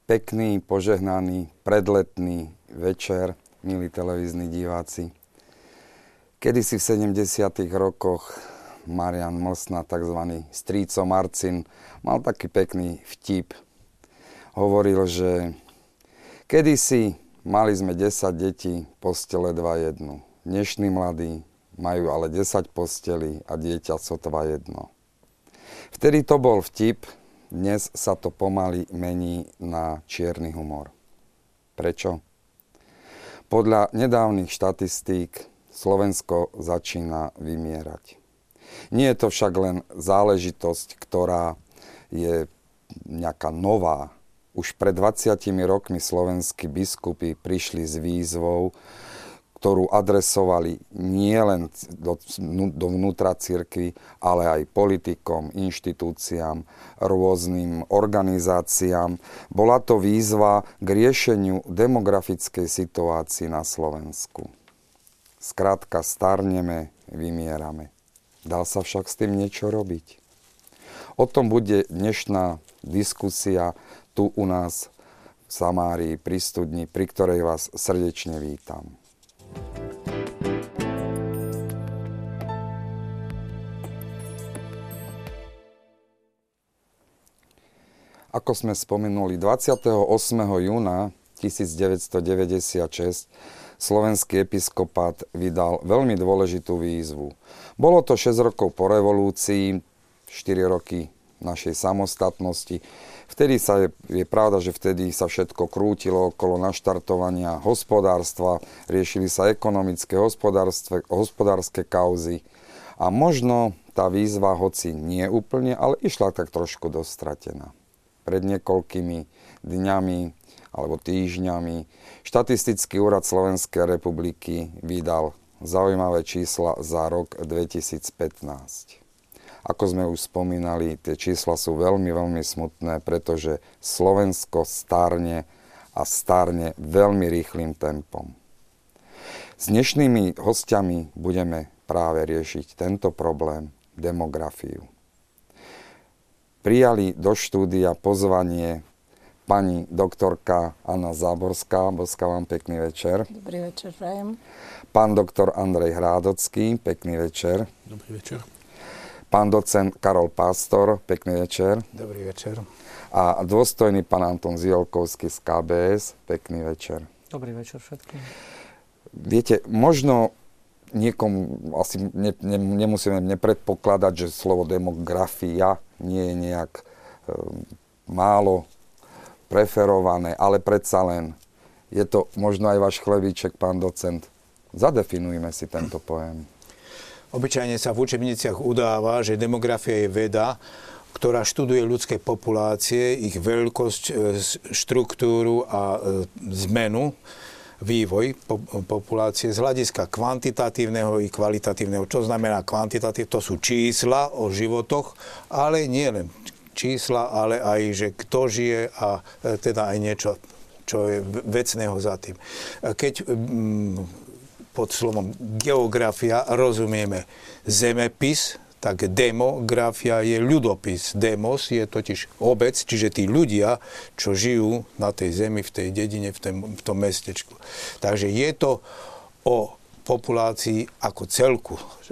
Pekný, požehnaný, predletný večer, milí televízni diváci. Kedysi v 70. rokoch Marian Mlsna, tzv. Strýco Marcin, mal taký pekný vtip. Hovoril, že kedysi mali sme 10 detí, postele 2 jednu. Dnešní mladí majú ale 10 postelí a dieťa sotva jedno. Vtedy to bol vtip, dnes sa to pomaly mení na čierny humor. Prečo? Podľa nedávnych štatistík Slovensko začína vymierať. Nie je to však len záležitosť, ktorá je nejaká nová. Už pred 20 rokmi slovenskí biskupy prišli s výzvou, ktorú adresovali nielen dovnútra cirkvi, ale aj politikom, inštitúciám, rôznym organizáciám. Bola to výzva k riešeniu demografickej situácii na Slovensku. Skrátka, starneme, vymierame. Dá sa však s tým niečo robiť. O tom bude dnešná diskusia tu u nás v Samárii pri studni, pri ktorej vás srdečne vítam. Ako sme spomenuli, 28. júna 1996 slovenský episkopát vydal veľmi dôležitú výzvu. Bolo to 6 rokov po revolúcii, 4 roky našej samostatnosti. Vtedy je pravda, že vtedy sa všetko krútilo okolo naštartovania hospodárstva, riešili sa ekonomické, hospodárske kauzy. A možno tá výzva, hoci nie úplne, ale išla tak trošku dostratená. Pred niekoľkými dňami alebo týždňami Štatistický úrad Slovenskej republiky vydal zaujímavé čísla za rok 2015. Ako sme už spomínali, tie čísla sú veľmi, veľmi smutné, pretože Slovensko starne a starne veľmi rýchlym tempom. S dnešnými hostiami budeme práve riešiť tento problém, demografiu. Prijali do štúdia pozvanie pani doktorka Anna Záborská. Božská vám pekný večer. Dobrý večer, prajem. Pán doktor Andrej Hrádocký, pekný večer. Dobrý večer. Pán docent Karol Pastor, pekný večer. Dobrý večer. A dôstojný pán Anton Ziolkovský z KBS, pekný večer. Dobrý večer všetkým. Viete, možno niekomu asi nemusíme nepredpokladať, že slovo demografia nie je nejak málo preferované, ale predsa len je to možno aj váš chlebíček, pán docent. Zadefinujme si tento pojem. Obyčajne sa v učebniciach udáva, že demografia je veda, ktorá študuje ľudské populácie, ich veľkosť, štruktúru a zmenu, vývoj populácie z hľadiska kvantitatívneho i kvalitatívneho. Čo znamená kvantitatívne? To sú čísla o životoch, ale nie len čísla, ale aj, že kto žije a teda aj niečo, čo je vecného za tým. Keď pod slovom geografia rozumieme zemepis, tak demografia je ľudopis. Demos je totiž obec, čiže tí ľudia, čo žijú na tej zemi, v tej dedine, v tom mestečku. Takže je to o populácii ako celku.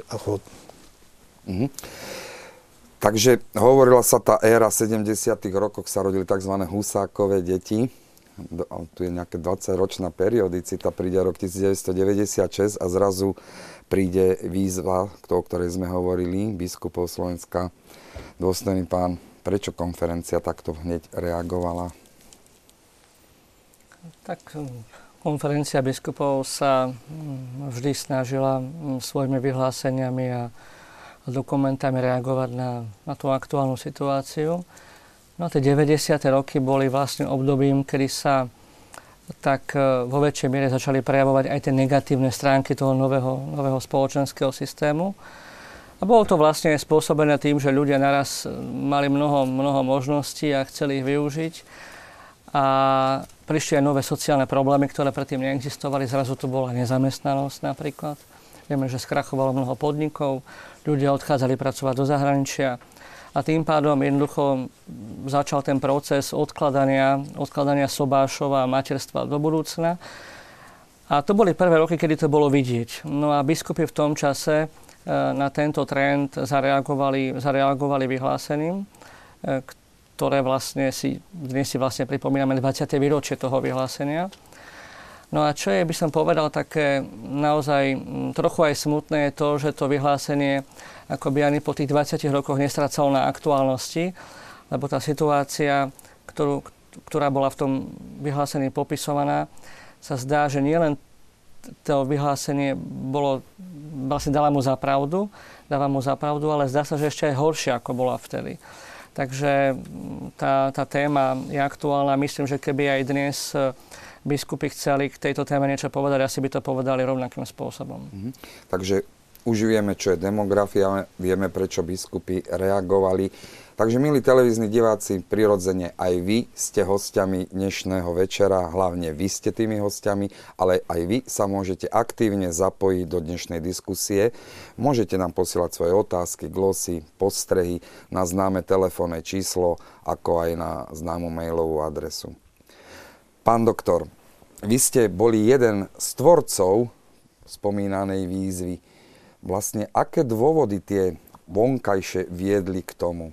Takže hovorila sa tá éra 70. rokoch, sa rodili tzv. Husákové deti. Tu je nejaká 20-ročná periodicita, príde rok 1996 a zrazu príde výzva, o ktorej sme hovorili, biskupov Slovenska. Dôstojný pán, prečo konferencia takto hneď reagovala? Tak konferencia biskupov sa vždy snažila svojimi vyhláseniami a dokumentami reagovať na tú aktuálnu situáciu. No tie 90. roky boli vlastne obdobím, kedy sa tak vo väčšej miere začali prejavovať aj tie negatívne stránky toho nového spoločenského systému. A bolo to vlastne spôsobené tým, že ľudia naraz mali mnoho možností a chceli ich využiť. A prišli aj nové sociálne problémy, ktoré predtým neexistovali. Zrazu to bola nezamestnanosť napríklad. Vieme, že skrachovalo mnoho podnikov, ľudia odchádzali pracovať do zahraničia. a tým pádom jednoducho začal ten proces odkladania sobášov a materstva do budúcna. A to boli prvé roky, kedy to bolo vidieť. No a biskupy v tom čase na tento trend zareagovali vyhlásením, ktoré dnes si vlastne pripomíname 20. výročie toho vyhlásenia. No a čo je, by som povedal, také naozaj trochu aj smutné, je to, že to vyhlásenie akoby ani po tých 20 rokoch nestracalo na aktuálnosti, lebo tá situácia, ktorá bola v tom vyhlásení popisovaná, sa zdá, že nielen to vyhlásenie vlastne dáva mu za pravdu, ale zdá sa, že ešte aj horšie, ako bola vtedy. Takže tá téma je aktuálna. Myslím, že keby aj dnes biskupy chceli k tejto téme niečo povedať, asi by to povedali rovnakým spôsobom. Takže už vieme, čo je demografia, vieme, prečo biskupy reagovali. Takže, milí televízni diváci, prirodzene aj vy ste hostiami dnešného večera, hlavne vy ste tými hostiami, ale aj vy sa môžete aktívne zapojiť do dnešnej diskusie. Môžete nám posielať svoje otázky, glosy, postrehy na známe telefónne číslo, ako aj na známu mailovú adresu. Pán doktor, vy ste boli jeden z tvorcov spomínanej výzvy. Vlastne, aké dôvody tie vonkajšie viedli k tomu?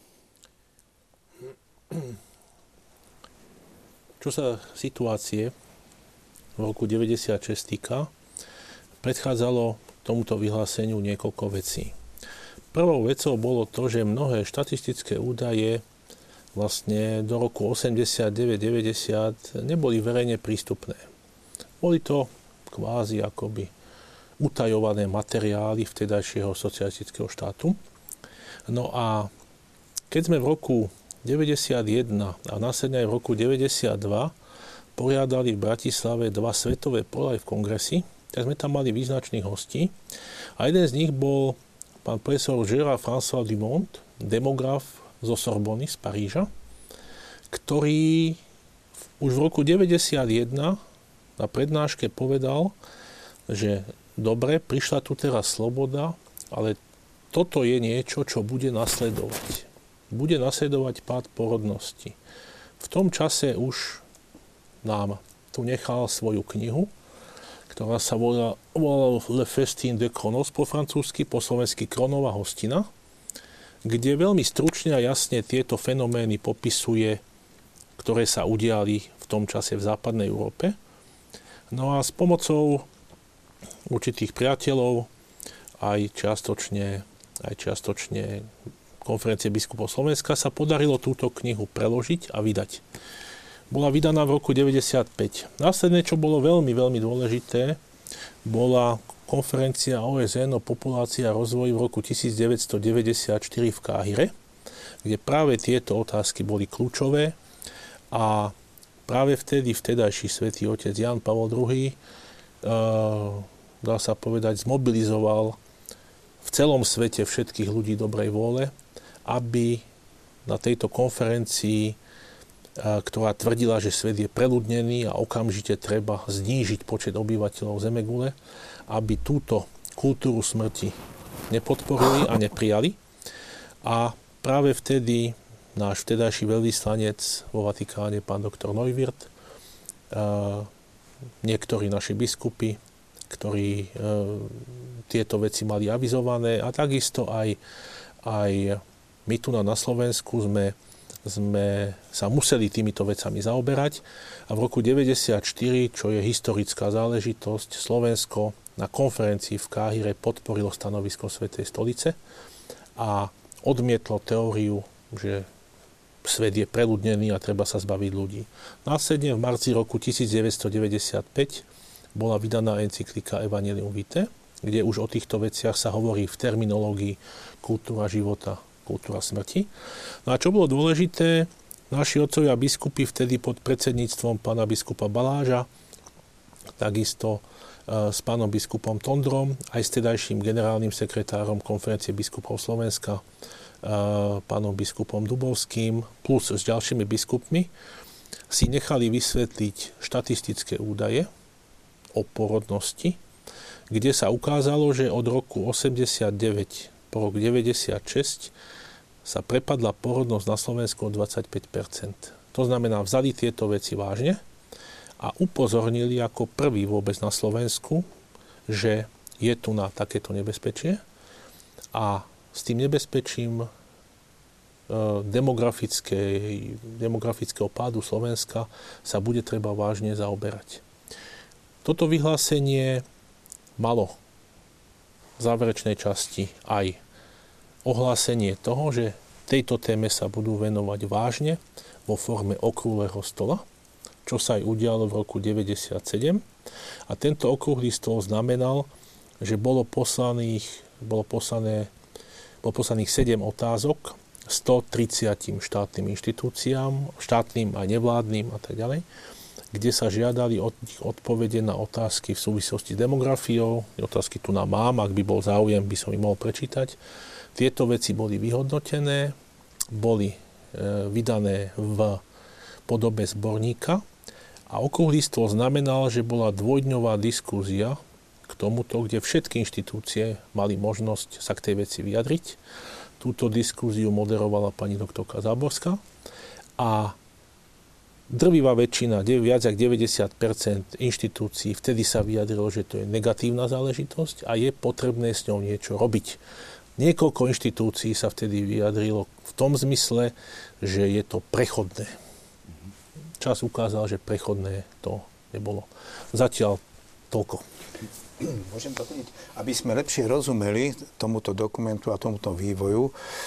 Čo sa situácie v roku 1996 týka, predchádzalo tomuto vyhláseniu niekoľko vecí. Prvou vecou bolo to, že mnohé štatistické údaje vlastne do roku 89-90 neboli verejne prístupné. Boli to kvázi akoby utajované materiály vtedajšieho socialistického štátu. No a keď sme v roku 91 a následne aj v roku 92 poriadali v Bratislave 2 svetové pro-life kongresy, tak sme tam mali význačných hostí. A jeden z nich bol pán profesor Gérard François Dumont, demograf zo Sorbony z Paríža, ktorý už v roku 91 na prednáške povedal, že dobre, prišla tu teraz sloboda, ale toto je niečo, čo bude nasledovať. Bude nasledovať pád porodnosti. V tom čase už nám tu nechal svoju knihu, ktorá sa volá Le Festin de Kronos po francúzsky, po slovensky Kronová hostina, kde veľmi stručne a jasne tieto fenomény popisuje, ktoré sa udiali v tom čase v západnej Európe. No a s pomocou určitých priateľov aj čiastočne Konferencie biskupov Slovenska sa podarilo túto knihu preložiť a vydať. Bola vydaná v roku 1995. Následne, čo bolo veľmi, veľmi dôležité, bola konferencia OSN o populácii a rozvoji v roku 1994 v Káhire, kde práve tieto otázky boli kľúčové a práve vtedajší svätý otec Ján Pavol II dá sa povedať, zmobilizoval v celom svete všetkých ľudí dobrej vôle, aby na tejto konferencii, ktorá tvrdila, že svet je preľudnený a okamžite treba znížiť počet obyvateľov Zemegule, aby túto kultúru smrti nepodporili a neprijali. A práve vtedy náš vtedajší veľvyslanec vo Vatikáne, pán doktor Neuwirth, niektorí naši biskupy, ktorí tieto veci mali avizované a takisto aj my tu na Slovensku sme sa museli týmito vecami zaoberať a v roku 1994, čo je historická záležitosť, Slovensko na konferencii v Káhire podporilo stanovisko Svätej stolice a odmietlo teóriu, že svet je preľudnený a treba sa zbaviť ľudí. Následne v marci roku 1995 bola vydaná encyklika Evangelium Vitae, kde už o týchto veciach sa hovorí v terminológii kultúra života, kultúra smrti. No a čo bolo dôležité, naši otcovia biskupy vtedy pod predsedníctvom pána biskupa Baláža, takisto s pánom biskupom Tondrom, aj s tedajším generálnym sekretárom Konferencie biskupov Slovenska, pánom biskupom Dubovským, plus s ďalšími biskupmi, si nechali vysvetliť štatistické údaje o porodnosti, kde sa ukázalo, že od roku 89 po rok 96 sa prepadla pôrodnosť na Slovensku o 25%. To znamená, vzali tieto veci vážne a upozornili ako prvý vôbec na Slovensku, že je tu na takéto nebezpečie a s tým nebezpečím demografického pádu Slovenska sa bude treba vážne zaoberať. Toto vyhlásenie malo v záverečnej časti aj ohlásenie toho, že tejto téme sa budú venovať vážne vo forme okrúhleho stola, čo sa aj udialo v roku 1997. A tento okrúhly stôl znamenal, že bolo poslaných 7 otázok 130 štátnym inštitúciám, štátnym a nevládnym a tak ďalej, kde sa žiadali od nich odpovede na otázky v súvislosti s demografiou. Otázky tu nám mám, ak by bol záujem, by som ich mohol prečítať. Tieto veci boli vyhodnotené, boli vydané v podobe zborníka a okrúhly stôl znamenal, že bola dvojdňová diskúzia k tomuto, kde všetky inštitúcie mali možnosť sa k tej veci vyjadriť. Túto diskúziu moderovala pani doktorka Záborská a drvivá väčšina, viac ako 90% inštitúcií vtedy sa vyjadrilo, že to je negatívna záležitosť a je potrebné s ňou niečo robiť. Niekoľko inštitúcií sa vtedy vyjadrilo v tom zmysle, že je to prechodné. Čas ukázal, že prechodné to nebolo. Zatiaľ toľko. Môžem doplniť, aby sme lepšie rozumeli tomuto dokumentu a tomuto vývoju.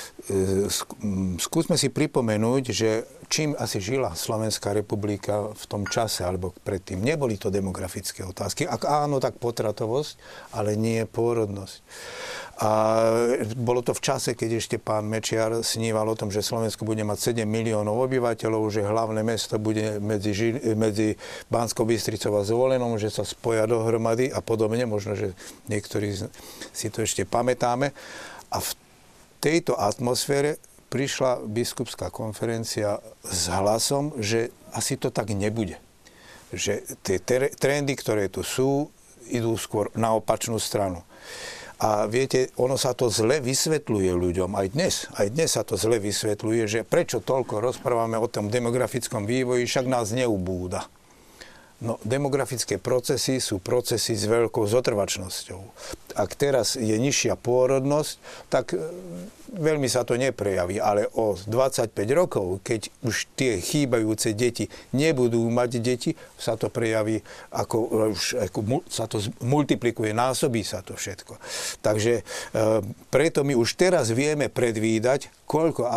Skúsme si pripomenúť, že čím asi žila Slovenská republika v tom čase alebo predtým. Neboli to demografické otázky. Ak áno, tak potratovosť, ale nie pôrodnosť. A bolo to v čase, keď ešte pán Mečiar sníval o tom, že Slovensko bude mať 7 miliónov obyvateľov, že hlavné mesto bude medzi Banskou Bystricou a Zvolenom, že sa spoja dohromady a podobne. Možno, že niektorí si to ešte pamätáme. A v tejto atmosfére prišla biskupská konferencia s hlasom, že asi to tak nebude. Že tie trendy, ktoré tu sú, idú skôr na opačnú stranu. A viete, ono sa to zle vysvetľuje ľuďom. Aj dnes sa to zle vysvetľuje, že prečo toľko rozprávame o tom demografickom vývoji, však nás neubúda. No, demografické procesy sú procesy s veľkou zotrvačnosťou. Ak teraz je nižšia pôrodnosť, tak veľmi sa to neprejaví. Ale o 25 rokov, keď už tie chýbajúce deti nebudú mať deti, sa to prejaví, ako sa to multiplikuje, násobí sa to všetko. Takže preto my už teraz vieme predvídať, koľko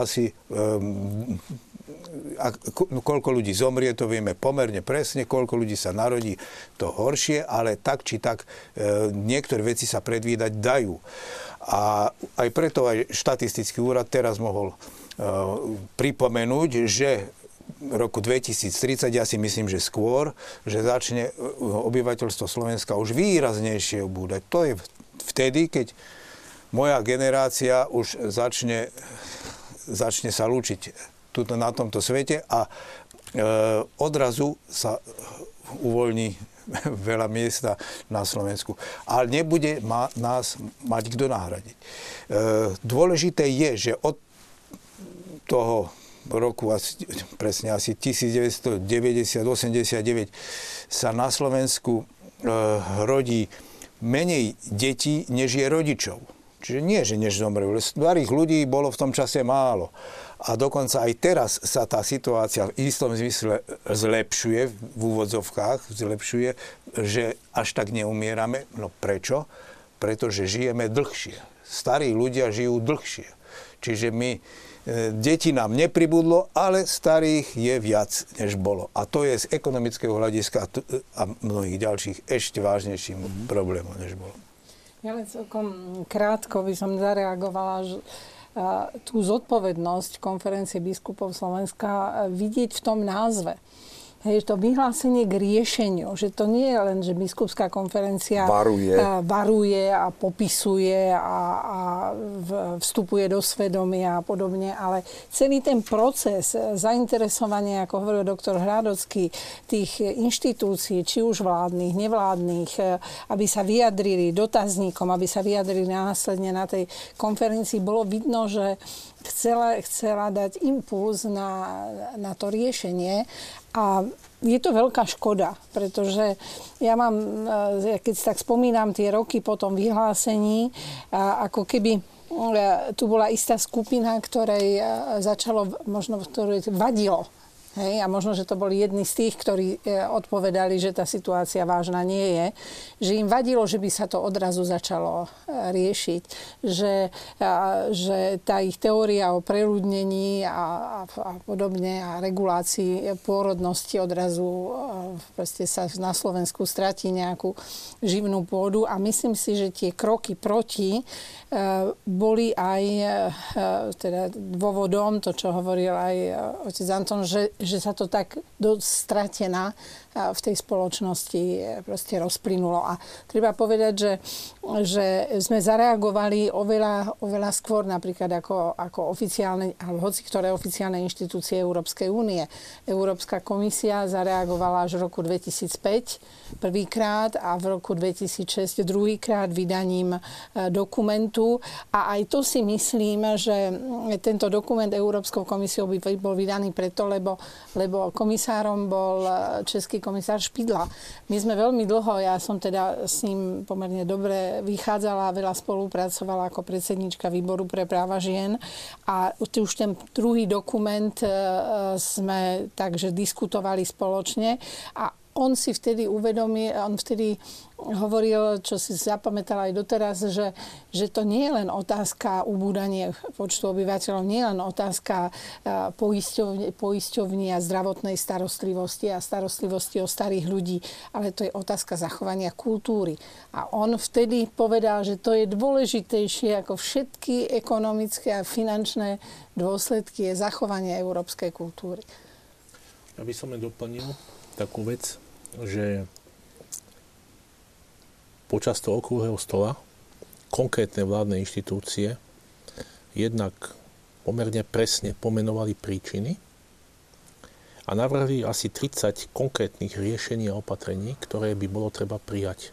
ľudí zomrie, to vieme pomerne presne, koľko ľudí sa narodí, to horšie, ale tak či tak niektoré veci sa predvídať dajú. A aj preto aj štatistický úrad teraz mohol pripomenúť, že v roku 2030, ja si myslím, že skôr, že začne obyvateľstvo Slovenska už výraznejšie ubúdať. To je vtedy, keď moja generácia už začne sa lúčiť tuto na tomto svete a odrazu sa uvoľní veľa miesta na Slovensku. Ale nebude nás mať kto nahradiť. Dôležité je, že od toho roku presne asi 1990-89 sa na Slovensku rodí menej detí, než je rodičov. Čiže nie, že než zomreli. Starých ľudí bolo v tom čase málo. A dokonca aj teraz sa tá situácia v istom zmysle zlepšuje, v úvodzovkách zlepšuje, že až tak neumierame. No prečo? Pretože žijeme dlhšie. Starí ľudia žijú dlhšie. Čiže deti nám nepribudlo, ale starých je viac, než bolo. A to je z ekonomického hľadiska a mnohých ďalších ešte vážnejším problémom, než bolo. Ja len celkom krátko by som zareagovala, že tú zodpovednosť Konferencie biskupov Slovenska vidieť v tom názve. Hej, to vyhlásenie k riešeniu, že to nie je len, že biskupská konferencia varuje a popisuje a vstupuje do svedomia a podobne, ale celý ten proces zainteresovania, ako hovoril doktor Hradocký, tých inštitúcií, či už vládnych, nevládnych, aby sa vyjadrili dotazníkom, aby sa vyjadrili následne na tej konferencii, bolo vidno, že chcela dať impuls na to riešenie. A je to veľká škoda, pretože ja keď si tak spomínam tie roky po tom vyhlásení, ako keby tu bola istá skupina, ktorej ktorej vadilo. Hej, a možno, že to boli jedni z tých, ktorí odpovedali, že tá situácia vážna nie je. Že im vadilo, že by sa to odrazu začalo riešiť. Že tá ich teória o preľudnení a podobne a regulácii pôrodnosti odrazu proste sa na Slovensku stratí nejakú živnú pôdu. A myslím si, že tie kroky proti boli aj teda dôvodom, to, čo hovoril aj otec Anton, že sa to tak dosť stratená v tej spoločnosti proste rozplynulo. A treba povedať, že sme zareagovali oveľa skôr napríklad ako oficiálne, alebo hoci ktoré oficiálne inštitúcie Európskej únie. Európska komisia zareagovala až v roku 2005 prvýkrát a v roku 2006 druhýkrát vydaním dokumentu. A aj to si myslím, že tento dokument Európskou komisiou by bol vydaný preto, lebo komisárom bol český komisár Špidla. My sme veľmi dlho, ja som teda s ním pomerne dobre vychádzala, veľa spolupracovala ako predsednička výboru pre práva žien a už ten druhý dokument sme takže diskutovali spoločne a on si vtedy hovoril, čo si zapamätala aj doteraz, že to nie je len otázka ubúdania počtu obyvateľov, nie je len otázka poisťovní a zdravotnej starostlivosti a starostlivosti o starých ľudí, ale to je otázka zachovania kultúry. A on vtedy povedal, že to je dôležitejšie ako všetky ekonomické a finančné dôsledky je zachovanie európskej kultúry. Ja by som doplnil takú vec, že počas toho okrúhleho stola konkrétne vládne inštitúcie jednak pomerne presne pomenovali príčiny a navrhli asi 30 konkrétnych riešení a opatrení, ktoré by bolo treba prijať.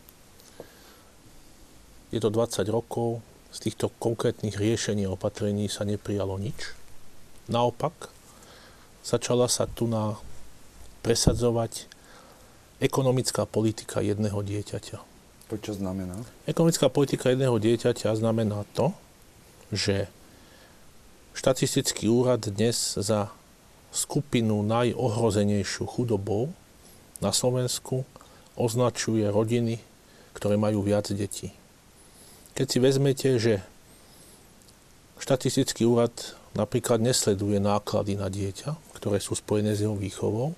Je to 20 rokov, z týchto konkrétnych riešení a opatrení sa neprijalo nič. Naopak, začala sa tu presadzovať ekonomická politika jedného dieťaťa. To čo znamená? Ekonomická politika jedného dieťaťa znamená to, že štatistický úrad dnes za skupinu najohrozenejšiu chudobou na Slovensku označuje rodiny, ktoré majú viac detí. Keď si vezmete, že štatistický úrad napríklad nesleduje náklady na dieťa, ktoré sú spojené s jeho výchovou,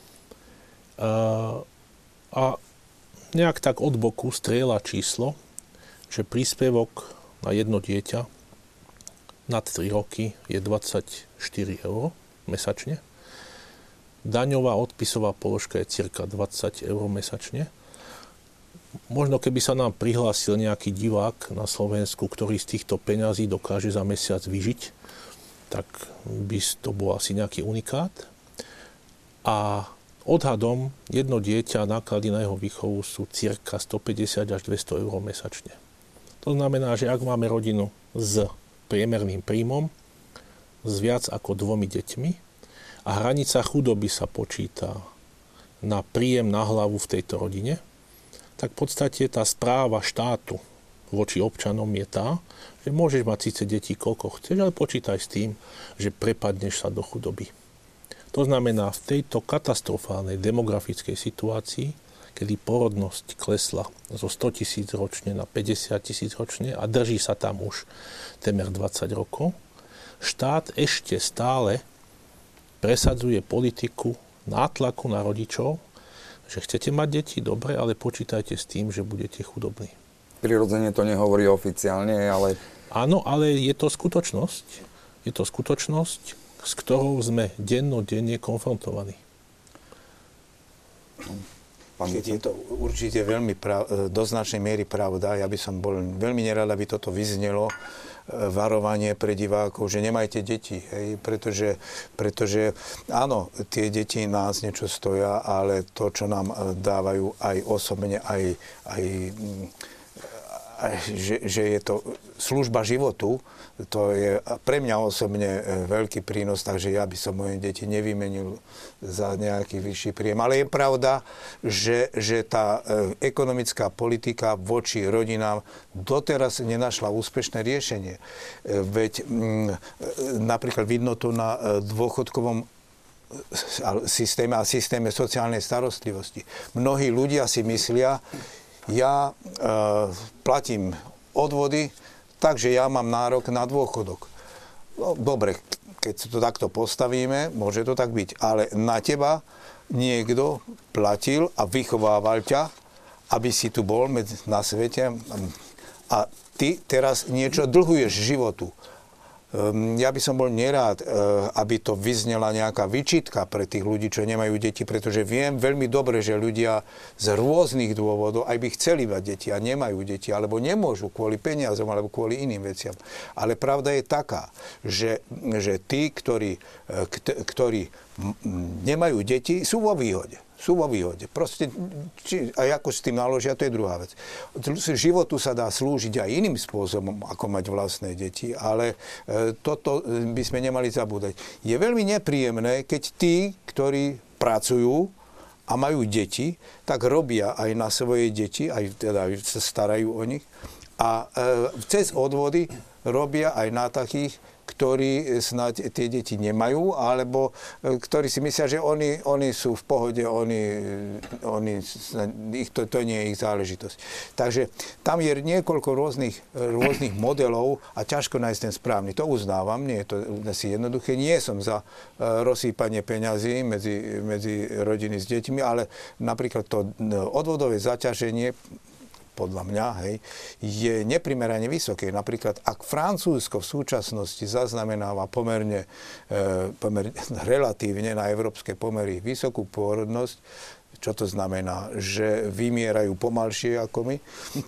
a nejak tak od boku strieľa číslo, že príspevok na jedno dieťa nad 3 roky je 24 eur mesačne. Daňová odpisová položka je cirka 20 eur mesačne. Možno keby sa nám prihlásil nejaký divák na Slovensku, ktorý z týchto peňazí dokáže za mesiac vyžiť, tak by to bol asi nejaký unikát. A odhadom jedno dieťa, náklady na jeho výchovu sú cirka 150 až 200 eur mesačne. To znamená, že ak máme rodinu s priemerným príjmom, s viac ako 2 deťmi a hranica chudoby sa počíta na príjem na hlavu v tejto rodine, tak v podstate tá správa štátu voči občanom je tá, že môžeš mať síce deti koľko chceš, ale počítaj s tým, že prepadneš sa do chudoby. To znamená, v tejto katastrofálnej demografickej situácii, kedy porodnosť klesla zo 100 000 ročne na 50 000 ročne a drží sa tam už temer 20 rokov, štát ešte stále presadzuje politiku nátlaku na rodičov, že chcete mať deti, dobre, ale počítajte s tým, že budete chudobní. Prirodzene to nehovorí oficiálne, ale... Áno, ale je to skutočnosť. Je to skutočnosť, s ktorou sme dennodenne konfrontovaní. Keď je to určite veľmi do značnej miery pravda, ja by som bol veľmi nerád, aby toto vyznelo varovanie pre divákov, že nemajte deti, hej? Pretože áno, tie deti nás niečo stoja, ale to, čo nám dávajú aj osobne, aj že je to služba životu, to je pre mňa osobne veľký prínos, takže ja by som moje deti nevymenil za nejaký vyšší príjem. Ale je pravda, že tá ekonomická politika voči rodinám doteraz nenašla úspešné riešenie. Veď napríklad vidno to na dôchodkovom systéme a systéme sociálnej starostlivosti. Mnohí ľudia si myslia, ja platím odvody, takže ja mám nárok na dôchodok. No, dobre, keď to takto postavíme, môže to tak byť. Ale na teba niekto platil a vychovával ťa, aby si tu bol na svete a ty teraz niečo dlhuješ životu. Ja by som bol nerád, aby to vyznela nejaká výčitka pre tých ľudí, čo nemajú deti, pretože viem veľmi dobre, že ľudia z rôznych dôvodov aj by chceli mať deti a nemajú deti, alebo nemôžu kvôli peniazom, alebo kvôli iným veciam. Ale pravda je taká, že tí, ktorí nemajú deti, sú vo výhode. Proste, a ako s tým naložia, to je druhá vec. Životu sa dá slúžiť aj iným spôsobom, ako mať vlastné deti, ale toto by sme nemali zabúdať. Je veľmi nepríjemné, keď tí, ktorí pracujú a majú deti, tak robia aj na svoje deti, aj teda sa starajú o nich a cez odvody robia aj na takých, ktorí snáď tie deti nemajú, alebo ktorí si myslia, že oni sú v pohode, to nie je ich záležitosť. Takže tam je niekoľko rôznych modelov a ťažko nájsť ten správny. To uznávam, nie je to asi jednoduché. Nie som za rozsýpanie peňazí medzi rodiny s deťmi, ale napríklad to odvodové zaťaženie podľa mňa, je neprimerane vysoké. Napríklad, ak Francúzsko v súčasnosti zaznamenáva pomerne relatívne na európske pomery vysokú pôrodnosť, čo to znamená? Že vymierajú pomalšie ako my?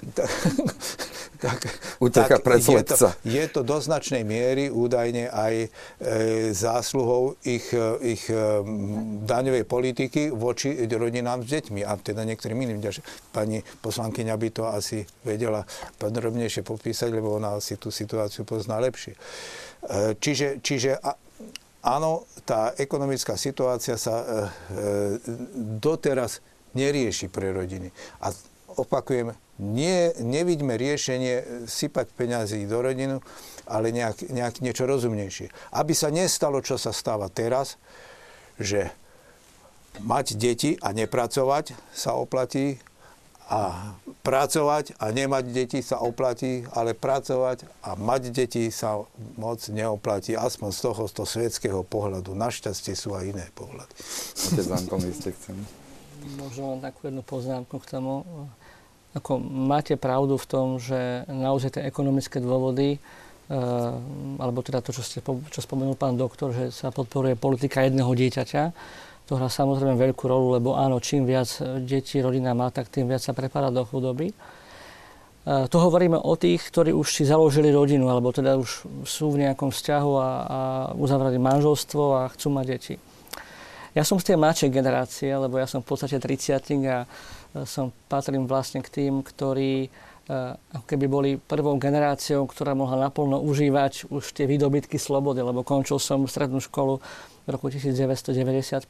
Uteka pred slepca. Je to do značnej miery údajne aj zásluhou ich daňovej politiky voči rodinám s deťmi a teda niektorým iným. Pani poslankyňa by to asi vedela podrobnejšie popísať, lebo ona si tú situáciu pozná lepšie. Čiže áno, tá ekonomická situácia sa doteraz nerieši pre rodiny. A opakujem, nevidíme riešenie sypať peňazí do rodinu, ale nejak niečo rozumnejšie. Aby sa nestalo, čo sa stáva teraz, že mať deti a nepracovať sa oplatí, a pracovať a nemať deti sa oplatí, ale pracovať a mať deti sa moc neoplatí, aspoň z toho svetského pohľadu. Našťastie sú aj iné pohľady. Otec Anton, vy ste chceli? Možno len takú jednu poznámku k tomu. Ako máte pravdu v tom, že naozaj tie ekonomické dôvody, alebo teda to, čo spomenul pán doktor, že sa podporuje politika jedného dieťaťa, to hrá samozrejme veľkú rolu, lebo áno, čím viac detí rodina má, tak tým viac sa prepáda do chudoby. To hovoríme o tých, ktorí už si založili rodinu, alebo teda už sú v nejakom vzťahu a uzavreli manželstvo a chcú mať deti. Ja som z tej mladšej generácie, lebo ja som v podstate 30-tník a patrím vlastne k tým, ktorí ako keby boli prvou generáciou, ktorá mohla naplno užívať už tie výdobytky slobody, lebo končil som strednú školu v roku 1995.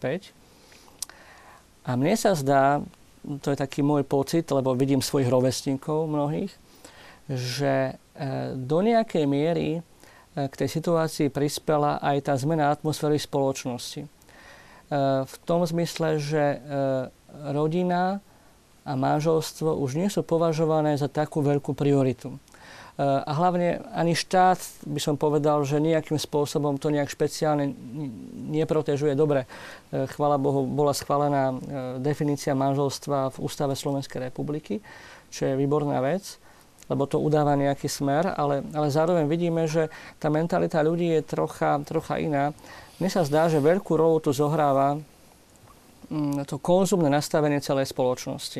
A mne sa zdá, to je taký môj pocit, lebo vidím svojich rovesníkov mnohých, že do nejakej miery k tej situácii prispela aj tá zmena atmosféry spoločnosti. V tom zmysle, že rodina a manželstvo už nie sú považované za takú veľkú prioritu. A hlavne ani štát, by som povedal, že nejakým spôsobom to nejak špeciálne neprotežuje. Dobre, chvála Bohu, bola schválená definícia manželstva v Ústave Slovenskej republiky, čo je výborná vec, lebo to udáva nejaký smer, ale zároveň vidíme, že tá mentalita ľudí je trocha iná. Mne sa zdá, že veľkú rolu tu zohráva to konzumné nastavenie celej spoločnosti.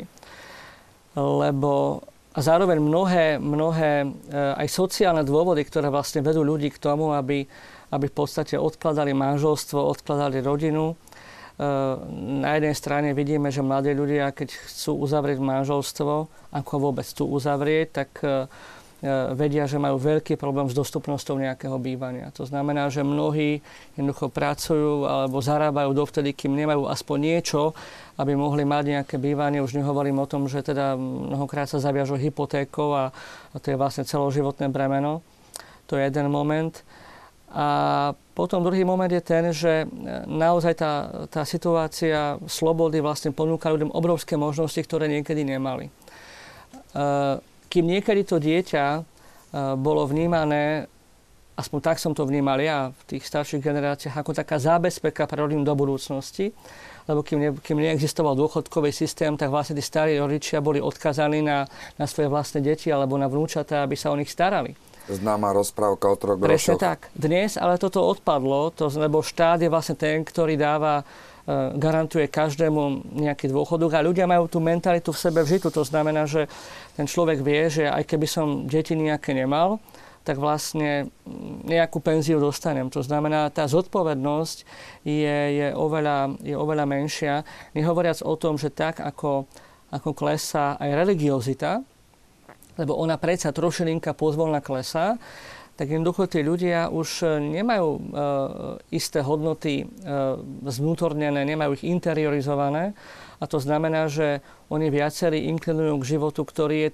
A zároveň mnohé aj sociálne dôvody, ktoré vlastne vedú ľudí k tomu, aby v podstate odkladali manželstvo, odkladali rodinu, Na jednej strane vidíme, že mladí ľudia, keď chcú uzavrieť manželstvo, ako vôbec chcú uzavrieť, tak vedia, že majú veľký problém s dostupnosťou nejakého bývania. To znamená, že mnohí jednoducho pracujú alebo zarábajú dovtedy, kým nemajú aspoň niečo, aby mohli mať nejaké bývanie. Už nehovorím o tom, že teda mnohokrát sa zaviažú hypotékou a to je vlastne celoživotné bremeno. To je jeden moment. A potom druhý moment je ten, že naozaj tá situácia slobody vlastne ponúka ľuďom obrovské možnosti, ktoré niekedy nemali. Kým niekedy to dieťa bolo vnímané, aspoň tak som to vnímal ja v tých starších generáciách, ako taká zábezpeka pre rodinu do budúcnosti, lebo kým neexistoval dôchodkový systém, tak vlastne tí starí rodičia boli odkazaní na svoje vlastné deti alebo na vnúčatá, aby sa o nich starali. Známa rozprávka o troch grošoch. Presne tak. Dnes ale toto odpadlo, lebo štát je vlastne ten, ktorý garantuje každému nejaký dôchodok a ľudia majú tú mentalitu v sebe vžitú. To znamená, že ten človek vie, že aj keby som deti nejaké nemal, tak vlastne nejakú penziu dostanem. To znamená, tá zodpovednosť je oveľa menšia. Nehovoriac o tom, že tak ako klesá aj religiozita, lebo ona predsa trošilinka pozvolna klesá, tak jednoducho tí ľudia už nemajú isté hodnoty zvnútornené, nemajú ich interiorizované. A to znamená, že oni viacerí inklinujú k životu, ktorý je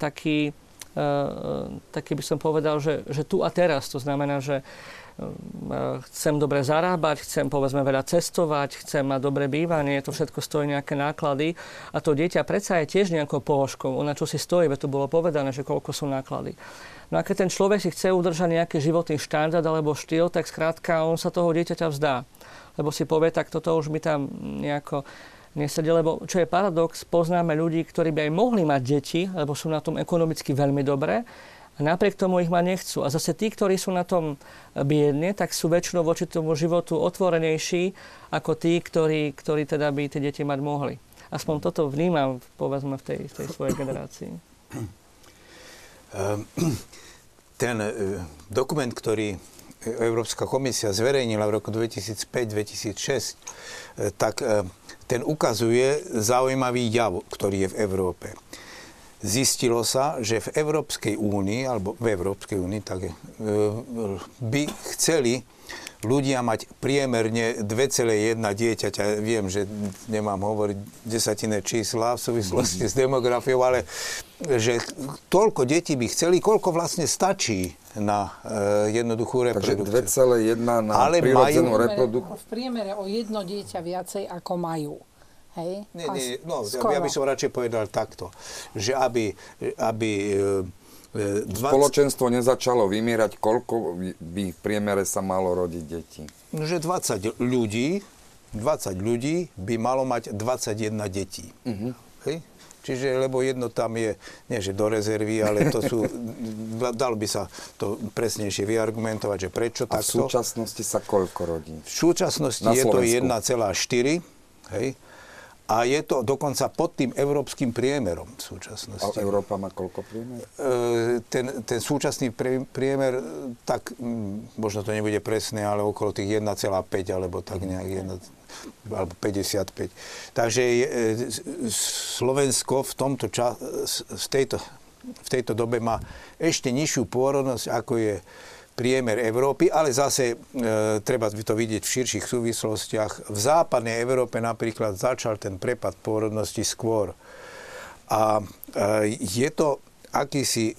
taký by som povedal, že tu a teraz. To znamená, že chcem dobre zarábať, chcem povedzme veľa cestovať, chcem mať dobré bývanie, to všetko stojí nejaké náklady. A to dieťa predsa je tiež nejakou položkou. Ona čo si stojí, veď to bolo povedané, že koľko sú náklady. No a keď ten človek si chce udržať nejaký životný štandard alebo štýl, tak skrátka on sa toho dieťaťa vzdá. Lebo si povie, tak toto už mi tam nejako nesedie. Lebo čo je paradox, poznáme ľudí, ktorí by aj mohli mať deti, lebo sú na tom ekonomicky veľmi dobré, a napriek tomu ich mať nechcú. A zase tí, ktorí sú na tom biedne, tak sú väčšinou voči tomu životu otvorenejší ako tí, ktorí teda by tie deti mať mohli. Aspoň toto vnímam, povedzme, v tej svojej generácii. Ten dokument, ktorý Európska komisia zverejnila v roku 2005-2006, tak ten ukazuje zaujímavý jav, ktorý je v Európe. Zistilo sa, že v Európskej únii, alebo v Európskej únii, tak by chceli ľudia mať priemerne 2,1 dieťaťa. Viem, že nemám hovoriť desatinné čísla v súvislosti s demografiou, ale že toľko detí by chceli, koľko vlastne stačí na jednoduchú reprodukciu. Takže 2,1 na prirodzenú reprodukciu. V priemere o jedno dieťa viacej, ako majú. Hej? Nie, ja by som radšej povedal takto, že aby spoločenstvo nezačalo vymierať, koľko by v priemere sa malo rodiť detí? Že 20 ľudí by malo mať 21 detí. Uh-huh. Hej? Čiže, lebo jedno tam je, nie že do rezervy, ale to sú, dal by sa to presnejšie vyargumentovať, že prečo takto. A v súčasnosti sa koľko rodí? V súčasnosti je to 1,4, hej? A je to dokonca pod tým európskym priemerom v súčasnosti. A Európa má koľko priemer? Ten súčasný priemer, tak možno to nebude presné, ale okolo tých 1,5 alebo tak nejak alebo 55. Takže Slovensko v tejto dobe má ešte nižšiu pôrodnosť, ako je priemer Európy, ale zase treba to vidieť v širších súvislostiach. V západnej Európe napríklad začal ten prepad pôrodnosti skôr. A je to akýsi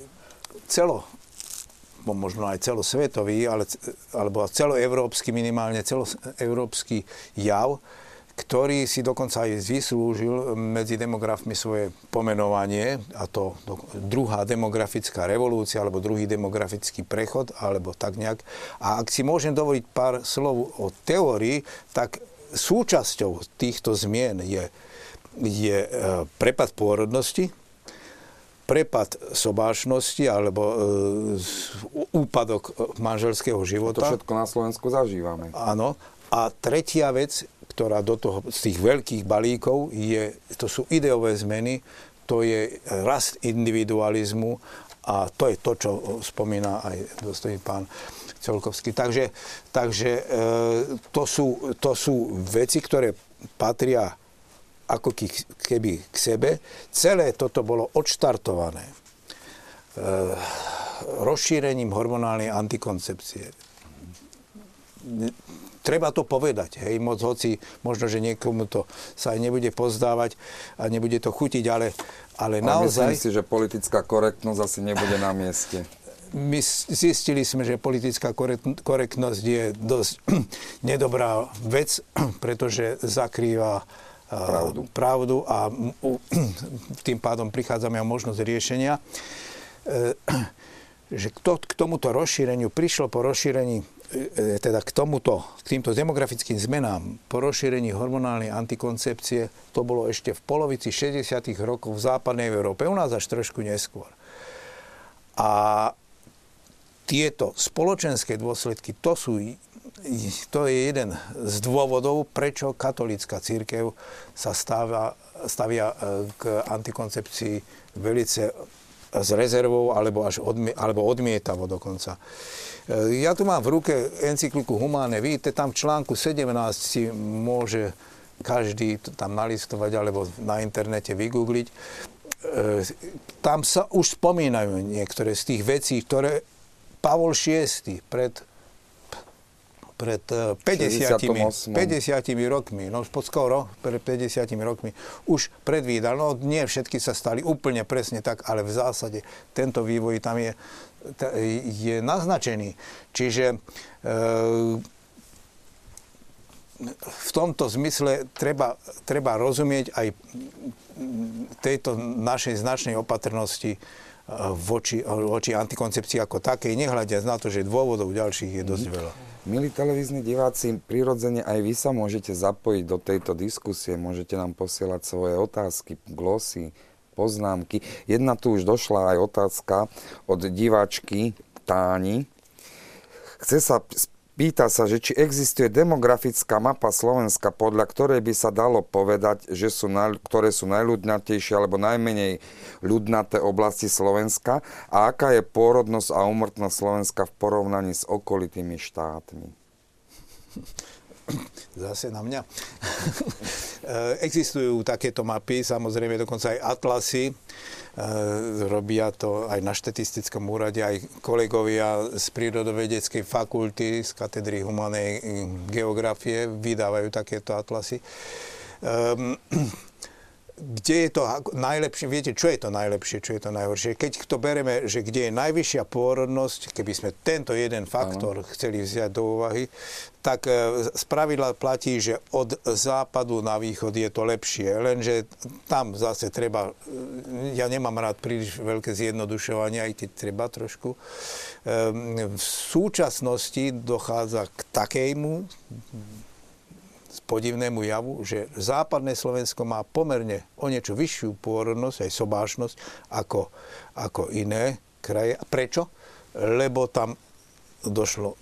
možno aj celosvetový, alebo celoeurópsky, minimálne celoeurópsky jav, ktorý si dokonca aj vyslúžil medzi demografmi svoje pomenovanie, a to druhá demografická revolúcia, alebo druhý demografický prechod, alebo tak nejak. A ak si môžem dovoliť pár slov o teórii, tak súčasťou týchto zmien je prepad pôrodnosti, prepad sobášnosti alebo úpadok manželského života. To všetko na Slovensku zažívame. Áno. A tretia vec, ktorá z tých veľkých balíkov to sú ideové zmeny, to je rast individualizmu a to je to, čo spomína aj dôstojný pán Ťolkovský. Takže to sú veci, ktoré patria ako keby k sebe. Celé toto bolo odštartované rozšírením hormonálnej antikoncepcie. Treba to povedať, hej, moc hoci možno, že niekomu to sa aj nebude pozdávať a nebude to chutiť, ale naozaj... Myslím si, že politická korektnosť asi nebude na mieste. My zistili sme, že politická korektnosť je dosť nedobrá vec, pretože zakrýva pravdu a tým pádom prichádzame o možnosť riešenia. Že k tomuto rozšíreniu prišlo po rozšírení, teda k týmto demografickým zmenám, po rozšírení hormonálnej antikoncepcie, to bolo ešte v polovici 60. rokov v západnej Európe, u nás až trošku neskôr. A tieto spoločenské dôsledky, to je jeden z dôvodov, prečo katolícka cirkev sa stavia k antikoncepcii velice s rezervou alebo odmietavo dokonca. Ja tu mám v ruke encykliku Humane Vitae, tam v článku 17 si môže každý tam nalistovať alebo na internete vygoogliť. Tam sa už spomínajú niektoré z tých vecí, ktoré Pavol VI pred 50 rokmi, no skoro pred 50 rokmi, už predvídal. No nie všetky sa stali úplne presne tak, ale v zásade tento vývoj tam je naznačený. Čiže v tomto zmysle treba rozumieť aj tejto našej značnej opatrnosti voči antikoncepcii ako takej, nehľadiac na to, že dôvodov ďalších je dosť veľa. Milí televízni diváci, prirodzene aj vy sa môžete zapojiť do tejto diskusie, môžete nám posielať svoje otázky, glosy, poznámky. Jedna tu už došla aj otázka od diváčky Táni. Pýta sa, že či existuje demografická mapa Slovenska, podľa ktorej by sa dalo povedať, že ktoré sú najľudnatejšie alebo najmenej ľudnaté oblasti Slovenska a aká je pôrodnosť a úmrtnosť Slovenska v porovnaní s okolitými štátmi. Zase na mňa. Existujú takéto mapy, samozrejme dokonca aj atlasy. Robia to aj na štatistickom úrade, aj kolegovia z prírodovedeckej fakulty, z katedry humanej geografie vydávajú takéto atlasy. Kde je to najlepšie? Viete, čo je to najlepšie, čo je to najhoršie? Keď to bereme, že kde je najvyššia pôrodnosť, keby sme tento jeden faktor chceli vziať do úvahy, tak spravidla platí, že od západu na východ je to lepšie. Lenže tam zase treba, ja nemám rád príliš veľké zjednodušovanie, aj keď treba trošku. V súčasnosti dochádza k takému podivnému javu, že západné Slovensko má pomerne o niečo vyššiu pôrodnosť, aj sobášnosť, ako iné kraje. Prečo? Lebo tam došlo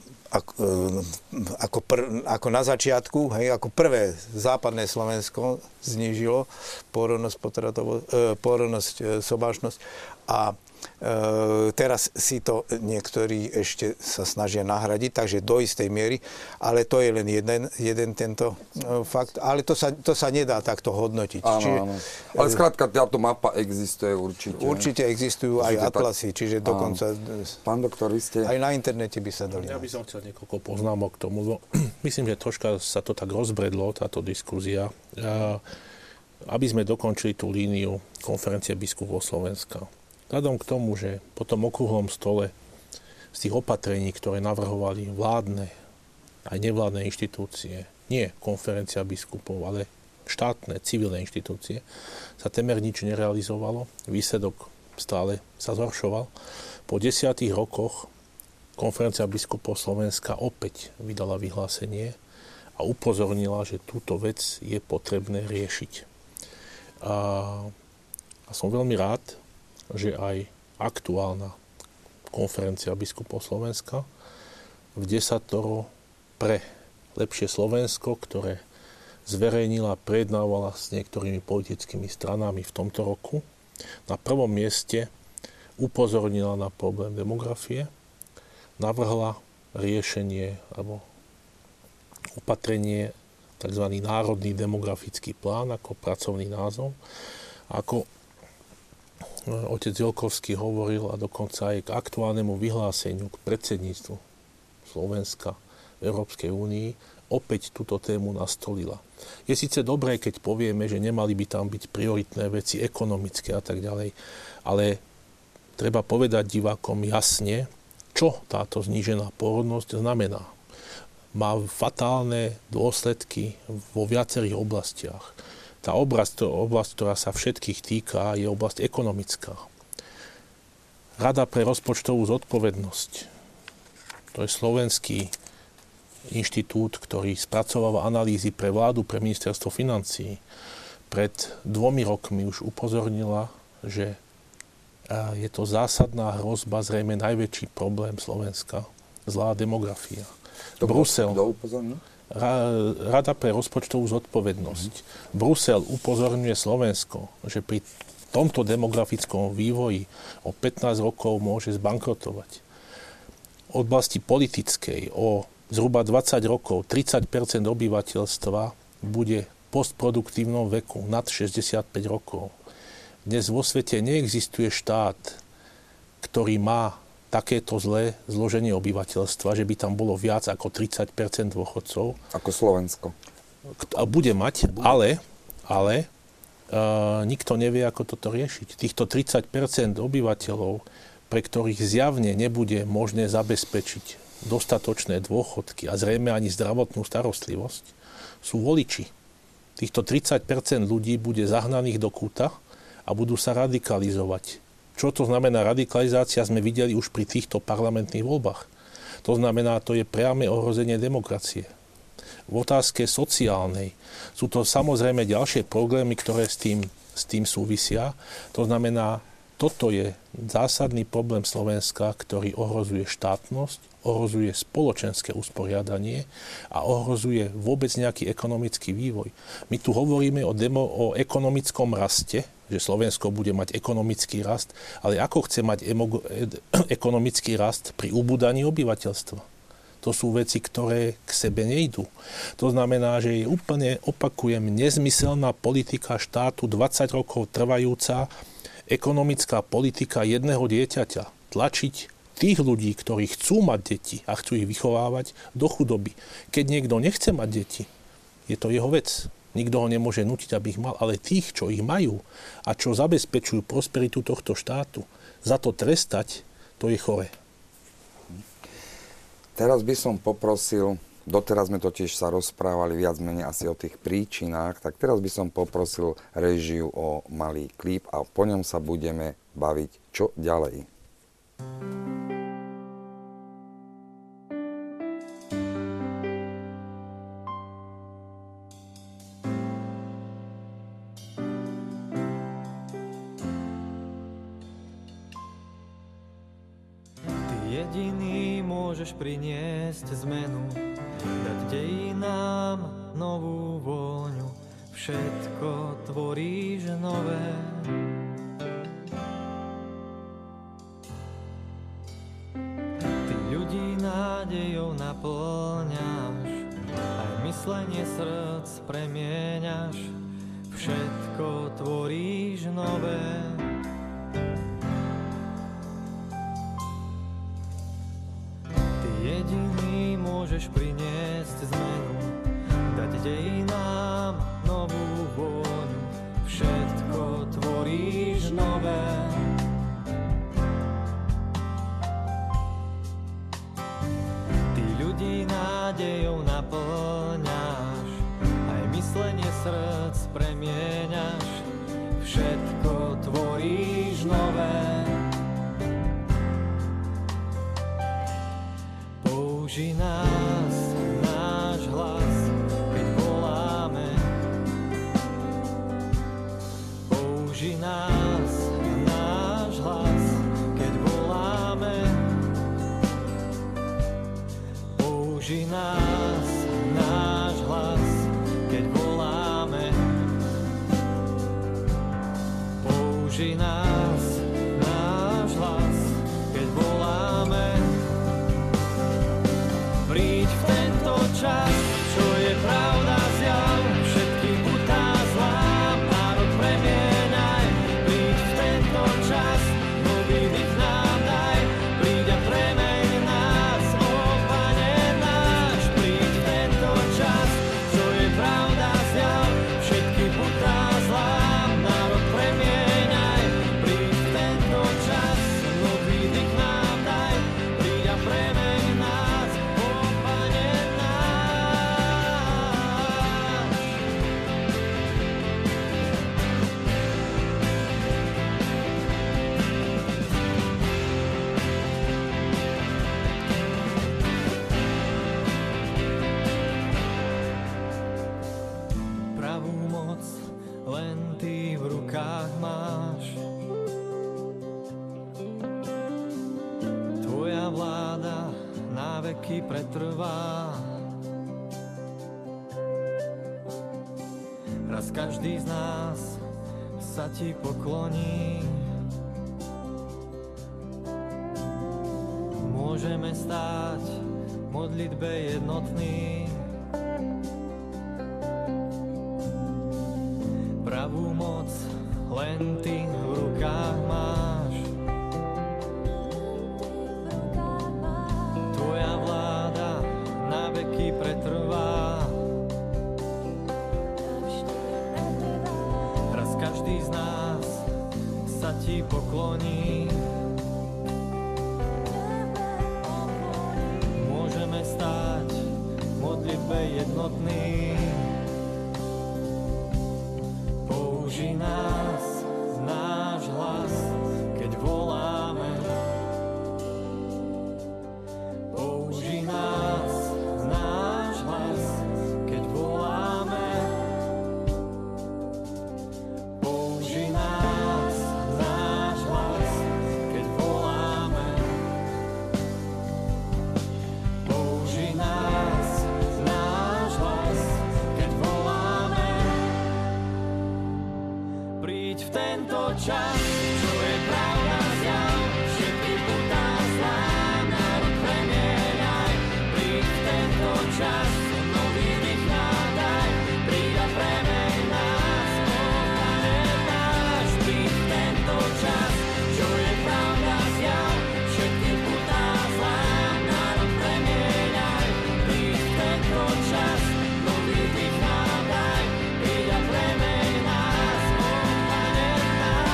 ako na začiatku, hej, ako prvé západné Slovensko znížilo pôrodnosť, sobášnosť a teraz si to niektorí ešte sa snažia nahradiť, takže do istej miery, ale to je len jeden tento fakt, ale to sa nedá takto hodnotiť. Áno. Ale skrátka, táto mapa existuje určite. Určite existujú aj atlasy, čiže dokonca... Pán doktor, vy ste... Aj na internete by sa dali. Ja by som chcel niekoľko poznámok k tomu. Myslím, že troška sa to tak rozbredlo, táto diskúzia, aby sme dokončili tú líniu konferencie biskupov Slovenska. Vzhľadom k tomu, že po tom okrúhlom stole z tých opatrení, ktoré navrhovali vládne aj nevládne inštitúcie, nie konferencia biskupov, ale štátne, civilné inštitúcie, sa temer nič nerealizovalo. Výsledok stále sa zhoršoval. Po 10 rokoch konferencia biskupov Slovenska opäť vydala vyhlásenie a upozornila, že túto vec je potrebné riešiť. A som veľmi rád, že aj aktuálna konferencia biskupov Slovenska v desatoro pre lepšie Slovensko, ktoré zverejnila, prejednávala s niektorými politickými stranami v tomto roku, na prvom mieste upozornila na problém demografie, navrhla riešenie alebo opatrenie tzv. Národný demografický plán ako pracovný názov. Ako otec Jolkovský hovoril a dokonca aj k aktuálnemu vyhláseniu, k predsedníctvu Slovenska v Európskej únii, opäť túto tému nastolila. Je síce dobré, keď povieme, že nemali by tam byť prioritné veci ekonomické a tak ďalej, ale treba povedať divákom jasne, čo táto znížená pôrodnosť znamená. Má fatálne dôsledky vo viacerých oblastiach. Tá oblasť, ktorá sa všetkých týka, je oblasť ekonomická. Rada pre rozpočtovú zodpovednosť. To je slovenský inštitút, ktorý spracováva analýzy pre vládu, pre ministerstvo financií. Pred 2 rokmi už upozornila, že je to zásadná hrozba, zrejme najväčší problém Slovenska. Zlá demografia. Brusel. Rada pre rozpočtovú zodpovednosť. Brusel upozorňuje Slovensko, že pri tomto demografickom vývoji o 15 rokov môže zbankrotovať. V oblasti politickej o zhruba 20 rokov 30% obyvateľstva bude v postproduktívnom veku nad 65 rokov. Dnes vo svete neexistuje štát, ktorý má takéto zlé zloženie obyvateľstva, že by tam bolo viac ako 30% dôchodcov. Ako Slovensko. A bude mať, ale nikto nevie, ako toto riešiť. Týchto 30% obyvateľov, pre ktorých zjavne nebude možné zabezpečiť dostatočné dôchodky a zrejme ani zdravotnú starostlivosť, sú voliči. Týchto 30% ľudí bude zahnaných do kúta a budú sa radikalizovať. Čo to znamená radikalizácia, sme videli už pri týchto parlamentných voľbách. To znamená, to je priame ohrozenie demokracie. V otázke sociálnej sú to samozrejme ďalšie problémy, ktoré s tým súvisia. To znamená, toto je zásadný problém Slovenska, ktorý ohrozuje štátnosť, ohrozuje spoločenské usporiadanie a ohrozuje vôbec nejaký ekonomický vývoj. My tu hovoríme o ekonomickom raste, že Slovensko bude mať ekonomický rast, ale ako chce mať ekonomický rast pri ubúdaní obyvateľstva? To sú veci, ktoré k sebe nejdú. To znamená, že je úplne, opakujem, nezmyselná politika štátu 20 rokov trvajúca, ekonomická politika jedného dieťaťa. Tlačiť tých ľudí, ktorí chcú mať deti a chcú ich vychovávať, do chudoby. Keď niekto nechce mať deti, je to jeho vec. Nikto ho nemôže nútiť, aby ich mal, ale tých, čo ich majú a čo zabezpečujú prosperitu tohto štátu, za to trestať, to je choré. Teraz by som poprosil, doteraz sme totiž sa rozprávali viac menej asi o tých príčinách, tak teraz by som poprosil režiu o malý klip a po ňom sa budeme baviť, čo ďalej. Jediný môžeš priniesť zmenu, dať dejinám novú vôňu, všetko tvoríš nové. Ty ľudí nádejou naplňaš, aj myslenie srdc premieňaš, všetko tvoríš nové. Jediný môžeš priniesť zmenu, dať dejinám novú vôňu, všetko tvoríš nové. Ty ľudí nádejou naplňaš, aj myslenie srdc premieňaš, všetko tvoríš nové. Použij nás, náš hlas, keď voláme. Použij nás, náš hlas, keď voláme. Použij nás, náš hlas, keď voláme. Použij nás, náš hlas, keď voláme. Príď v tento čas, čo je pravda zjav. len ty v rukách máš. Tvoja vláda na veky pretrvá. Raz každý z nás sa ti pokloní. Môžeme stáť v modlitbe jednotný. Pravú moc len ty v rukách máš. Tvoja vláda na veky pretrvá. Raz každý z nás sa ti pokloní. Môžeme stáť v modlitbe jednotný. Použij nás, náš hlas, keď voláme. Použij nás, náš hlas, keď voláme. Použij nás, náš hlas, keď voláme. Použij nás, náš hlas, keď voláme. Príď v tento čas, čo je pravda zjav, všetky putá zlá, národ premieňaj. Príď v tento čas, nový dých nádaj, príď a premeň nás, Pane náš. Príď v tento čas, čo je pravda zjav, všetky putá zlá, národ premieňaj. Príď v tento čas, nový dých nádaj, príď a premeň nás, Pane náš.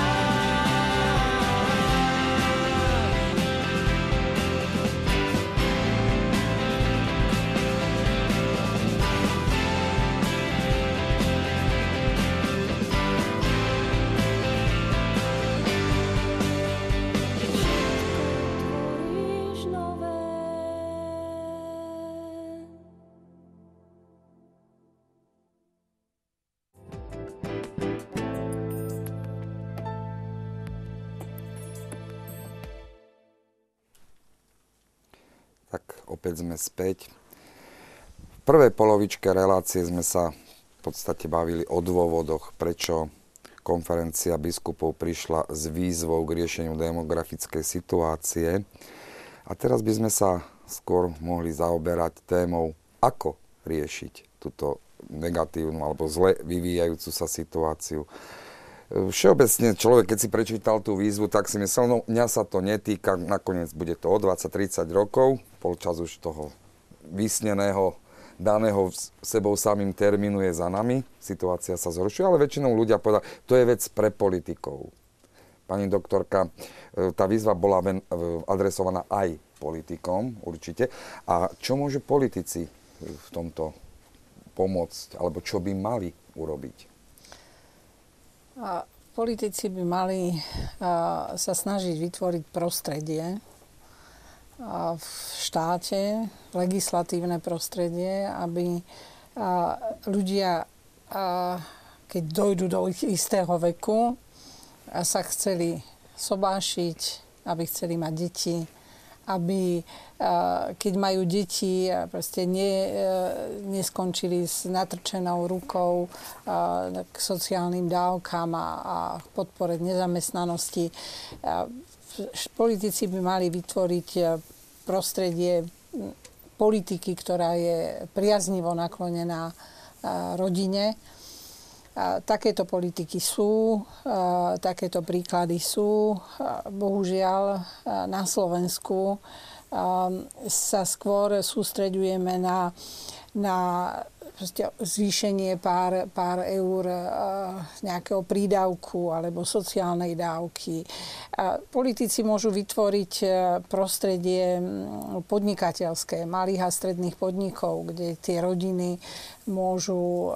Tvoríš nové. Tak opäť sme späť. V prvej polovičke relácie sme sa v podstate bavili o dôvodoch, prečo konferencia biskupov prišla s výzvou k riešeniu demografickej situácie. A teraz by sme sa skôr mohli zaoberať témou, ako riešiť túto negatívnu alebo zle vyvíjajúcu sa situáciu. Všeobecne človek, keď si prečítal tú výzvu, tak si myslel, no mňa sa to netýka, nakoniec bude to o 20-30 rokov, polčas už toho vysneného, daného sebou samým termínu je za nami, situácia sa zhoršuje, ale väčšinou ľudia povedali, to je vec pre politikov. Pani doktorka, tá výzva bola adresovaná aj politikom, určite. A čo môžu politici v tomto pomôcť, alebo čo by mali urobiť? Politici by mali sa snažiť vytvoriť prostredie v štáte, legislatívne prostredie, aby ľudia, keď dojdú do istého veku, sa chceli sobášiť, aby chceli mať deti, aby keď majú deti, proste neskončili s natrčenou rukou k sociálnym dávkam a podpore nezamestnanosti. Politici by mali vytvoriť prostredie politiky, ktorá je priaznivo naklonená rodine. Takéto politiky sú, takéto príklady sú. Bohužiaľ na Slovensku sa skôr sústreďujeme na zvýšenie pár eur nejakého prídavku alebo sociálnej dávky. Politici môžu vytvoriť prostredie podnikateľské, malých a stredných podnikov, kde tie rodiny môžu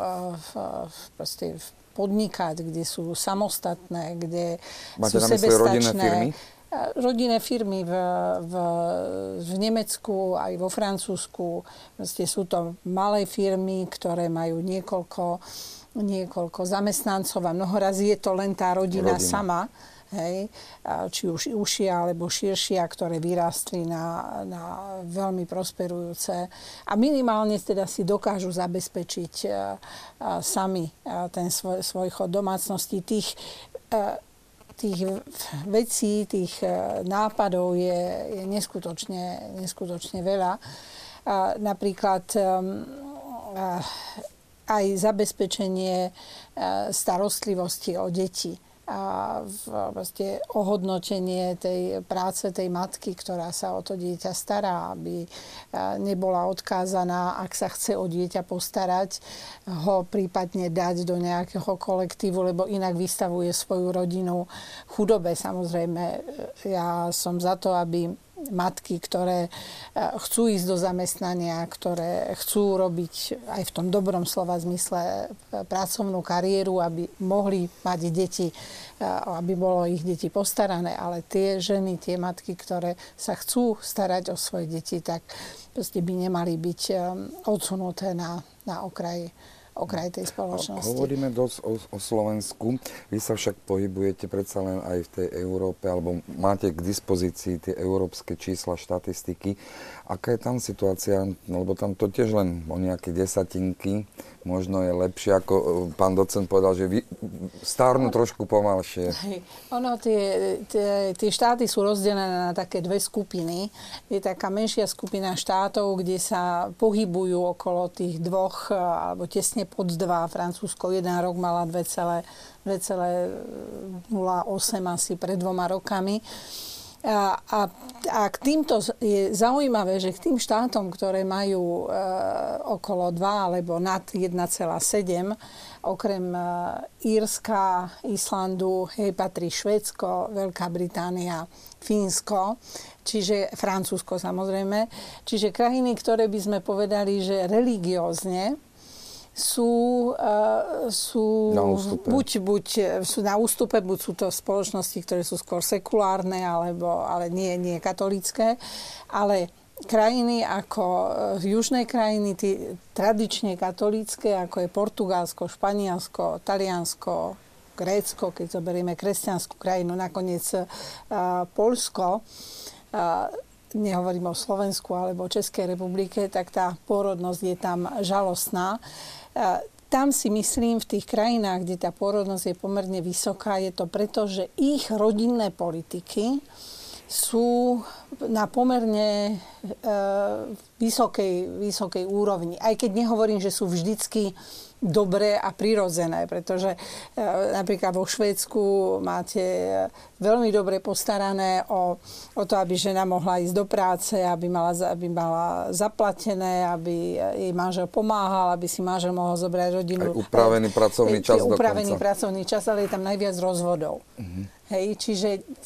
podnikať, kde sú samostatné, kde sú sebestačné. Rodinné firmy v Nemecku, aj vo Francúzsku. Sú to malé firmy, ktoré majú niekoľko niekoľko zamestnancov a mnohoraz je to len tá rodina. Sama, hej, či už užšia alebo širšia, ktoré vyrástli na veľmi prosperujúce a minimálne teda si dokážu zabezpečiť sami ten svoj chod domácnosti. Tých vecí, tých nápadov je neskutočne veľa. Napríklad aj zabezpečenie starostlivosti o deti a vlastne ohodnotenie tej práce tej matky, ktorá sa o to dieťa stará, aby nebola odkázaná, ak sa chce o dieťa postarať, ho prípadne dať do nejakého kolektívu, lebo inak vystavuje svoju rodinu chudobe. Samozrejme, ja som za to, aby matky, ktoré chcú ísť do zamestnania, ktoré chcú robiť aj v tom dobrom slova zmysle pracovnú kariéru, aby mohli mať deti, aby bolo ich deti postarané. Ale tie ženy, tie matky, ktoré sa chcú starať o svoje deti, tak proste by nemali byť odsunuté na okraj tej spoločnosti. Hovoríme dosť o Slovensku. Vy sa však pohybujete predsa len aj v tej Európe, alebo máte k dispozícii tie európske čísla, štatistiky. Aká je tam situácia? No, lebo tam to tiež len o nejaké desatinky. Možno je lepšie, ako pán docent povedal, že stárnu trošku pomalšie. Ono, tie štáty sú rozdelené na také dve skupiny. Je taká menšia skupina štátov, kde sa pohybujú okolo tých dvoch, alebo tesne pod 2. Francúzsko jeden rok mala 2,08 asi pred 2 rokami. A k týmto je zaujímavé, že k tým štátom, ktoré majú okolo 2 alebo nad 1,7, okrem Írska, Islandu, patrí Švédsko, Veľká Británia, Fínsko, čiže Francúzsko samozrejme. Čiže krajiny, ktoré by sme povedali, že religiózne sú na ústupe. Buď sú na ústupe, buď sú to spoločnosti, ktoré sú skôr sekulárne, ale nie katolícke. Ale krajiny ako južné krajiny, tradične katolícke, ako je Portugalsko, Španielsko, Taliansko, Grécko, keď zoberieme kresťanskú krajinu, nakoniec Poľsko, nehovorím o Slovensku alebo o Českej republike, tak tá pôrodnosť je tam žalostná. Tam si myslím, v tých krajinách, kde tá pôrodnosť je pomerne vysoká, je to preto, že ich rodinné politiky sú na pomerne vysokej úrovni. Aj keď nehovorím, že sú vždycky dobré a prirodzené, pretože napríklad vo Švédsku máte veľmi dobre postarané o to, aby žena mohla ísť do práce, aby mala zaplatené, aby jej manžel pomáhal, aby si manžel mohol zobrať rodinu. Aj upravený pracovný čas dokonca. Upravený pracovný čas, ale je tam najviac rozvodov. Hej, čiže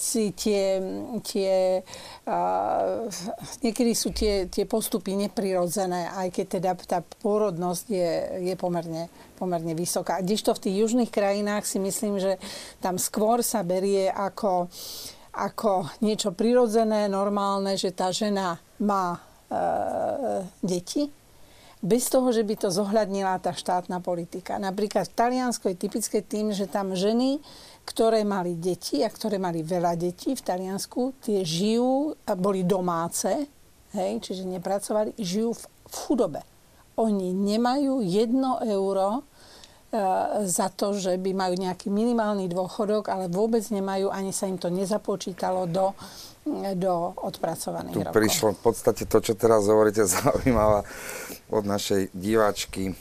niekedy sú tie postupy neprirodzené, aj keď teda tá pôrodnosť je pomerne vysoká. Kdežto v tých južných krajinách si myslím, že tam skôr sa berie ako niečo prirodzené, normálne, že tá žena má deti, bez toho, že by to zohľadnila tá štátna politika. Napríklad v Taliansku je typické tým, že tam ženy, ktoré mali deti a ktoré mali veľa detí v Taliansku, tie žijú, boli domáce, hej, čiže nepracovali, žijú v chudobe. Oni nemajú 1 euro za to, že by majú nejaký minimálny dôchodok, ale vôbec nemajú, ani sa im to nezapočítalo do odpracovaných rokov. Tu prišlo v podstate to, čo teraz hovoríte, zaujímavá od našej diváčky.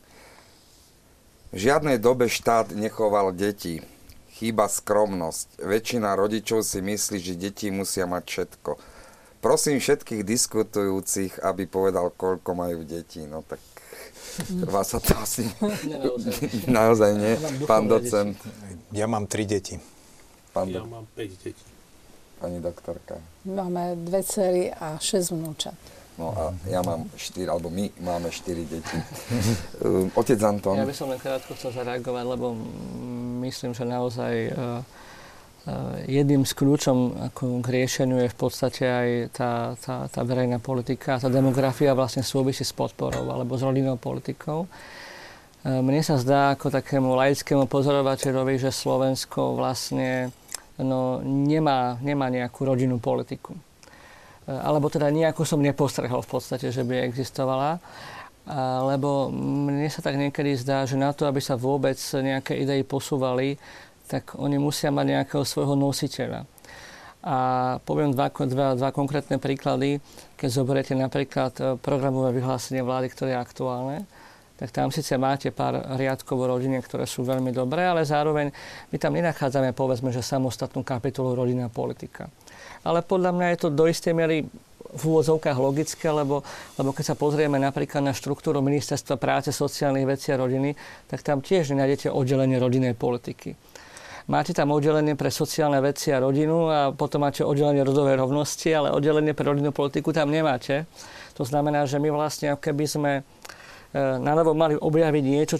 V žiadnej dobe štát nechoval deti. Chýba skromnosť. Väčšina rodičov si myslí, že deti musia mať všetko. Prosím všetkých diskutujúcich, aby povedal, koľko majú detí. No tak vás sa to asi naozaj nie. Pán docent. Ja mám 3 deti. Ja mám 5 detí. Pani doktorka. Máme 2 dcery a 6 vnúčat. No a ja mám 4, alebo my máme 4 deti. Otec Anton. Ja by som len krátko chcel zareagovať, lebo myslím, že naozaj jedným z kľúčom k riešeniu je v podstate aj tá verejná politika, tá demografia vlastne súvisí s podporou alebo s rodinnou politikou. Mne sa zdá ako takému laickému pozorovateľovi, že Slovensko vlastne nemá nejakú rodinnú politiku. Alebo teda nejako som nepostrehol v podstate, že by existovala. Lebo mne sa tak niekedy zdá, že na to, aby sa vôbec nejaké idei posúvali, tak oni musia mať nejakého svojho nositeľa. A poviem dva konkrétne príklady. Keď zoberiete napríklad programové vyhlásenie vlády, ktoré je aktuálne, tak tam síce máte pár riadkov o rodine, ktoré sú veľmi dobré, ale zároveň my tam nenachádzame, povedzme, že samostatnú kapitolu rodinná politika. Ale podľa mňa je to do istej miery v úvodzovkách logické, lebo keď sa pozrieme napríklad na štruktúru Ministerstva práce, sociálnych vecí a rodiny, tak tam tiež nenájdete oddelenie rodinnej politiky. Máte tam oddelenie pre sociálne veci a rodinu a potom máte oddelenie rodovej rovnosti, ale oddelenie pre rodinnú politiku tam nemáte. To znamená, že my vlastne, ako keby sme na novo mali objaviť niečo,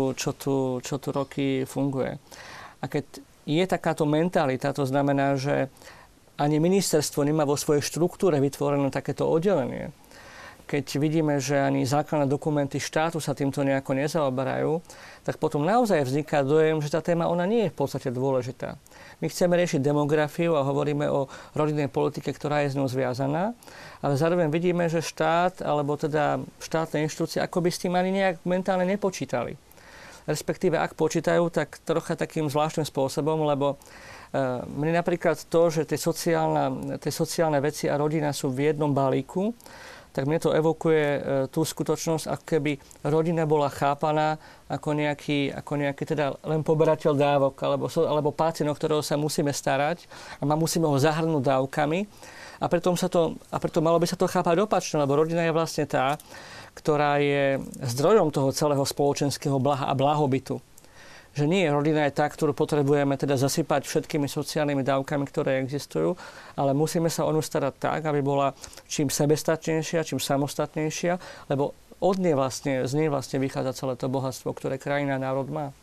čo tu roky funguje. A keď je takáto mentalita, to znamená, že ani ministerstvo nemá vo svojej štruktúre vytvorené takéto oddelenie. Keď vidíme, že ani základné dokumenty štátu sa týmto nejako nezaoberajú, tak potom naozaj vzniká dojem, že tá téma ona nie je v podstate dôležitá. My chceme riešiť demografiu a hovoríme o rodinnej politike, ktorá je s ňou zviazaná, ale zároveň vidíme, že štát, alebo teda štátne inštitúcie, ako by s tým ani nejak mentálne nepočítali. Respektíve, ak počítajú, tak trocha takým zvláštnym spôsobom, lebo mne napríklad to, že tie sociálne veci a rodina sú v jednom balíku, tak mne to evokuje tú skutočnosť, ako keby rodina bola chápaná ako nejaký teda len poberateľ dávok alebo pacient, o ktorého sa musíme starať a musíme ho zahrnúť dávkami. A preto malo by sa to chápať opačne, lebo rodina je vlastne tá, ktorá je zdrojom toho celého spoločenského blaha a blahobytu. Že nie, rodina je tá, ktorú potrebujeme teda zasypať všetkými sociálnymi dávkami, ktoré existujú, ale musíme sa o ňu starať tak, aby bola čím sebestačnejšia, čím samostatnejšia, lebo z nej vlastne vychádza celé to bohatstvo, ktoré krajina a národ má.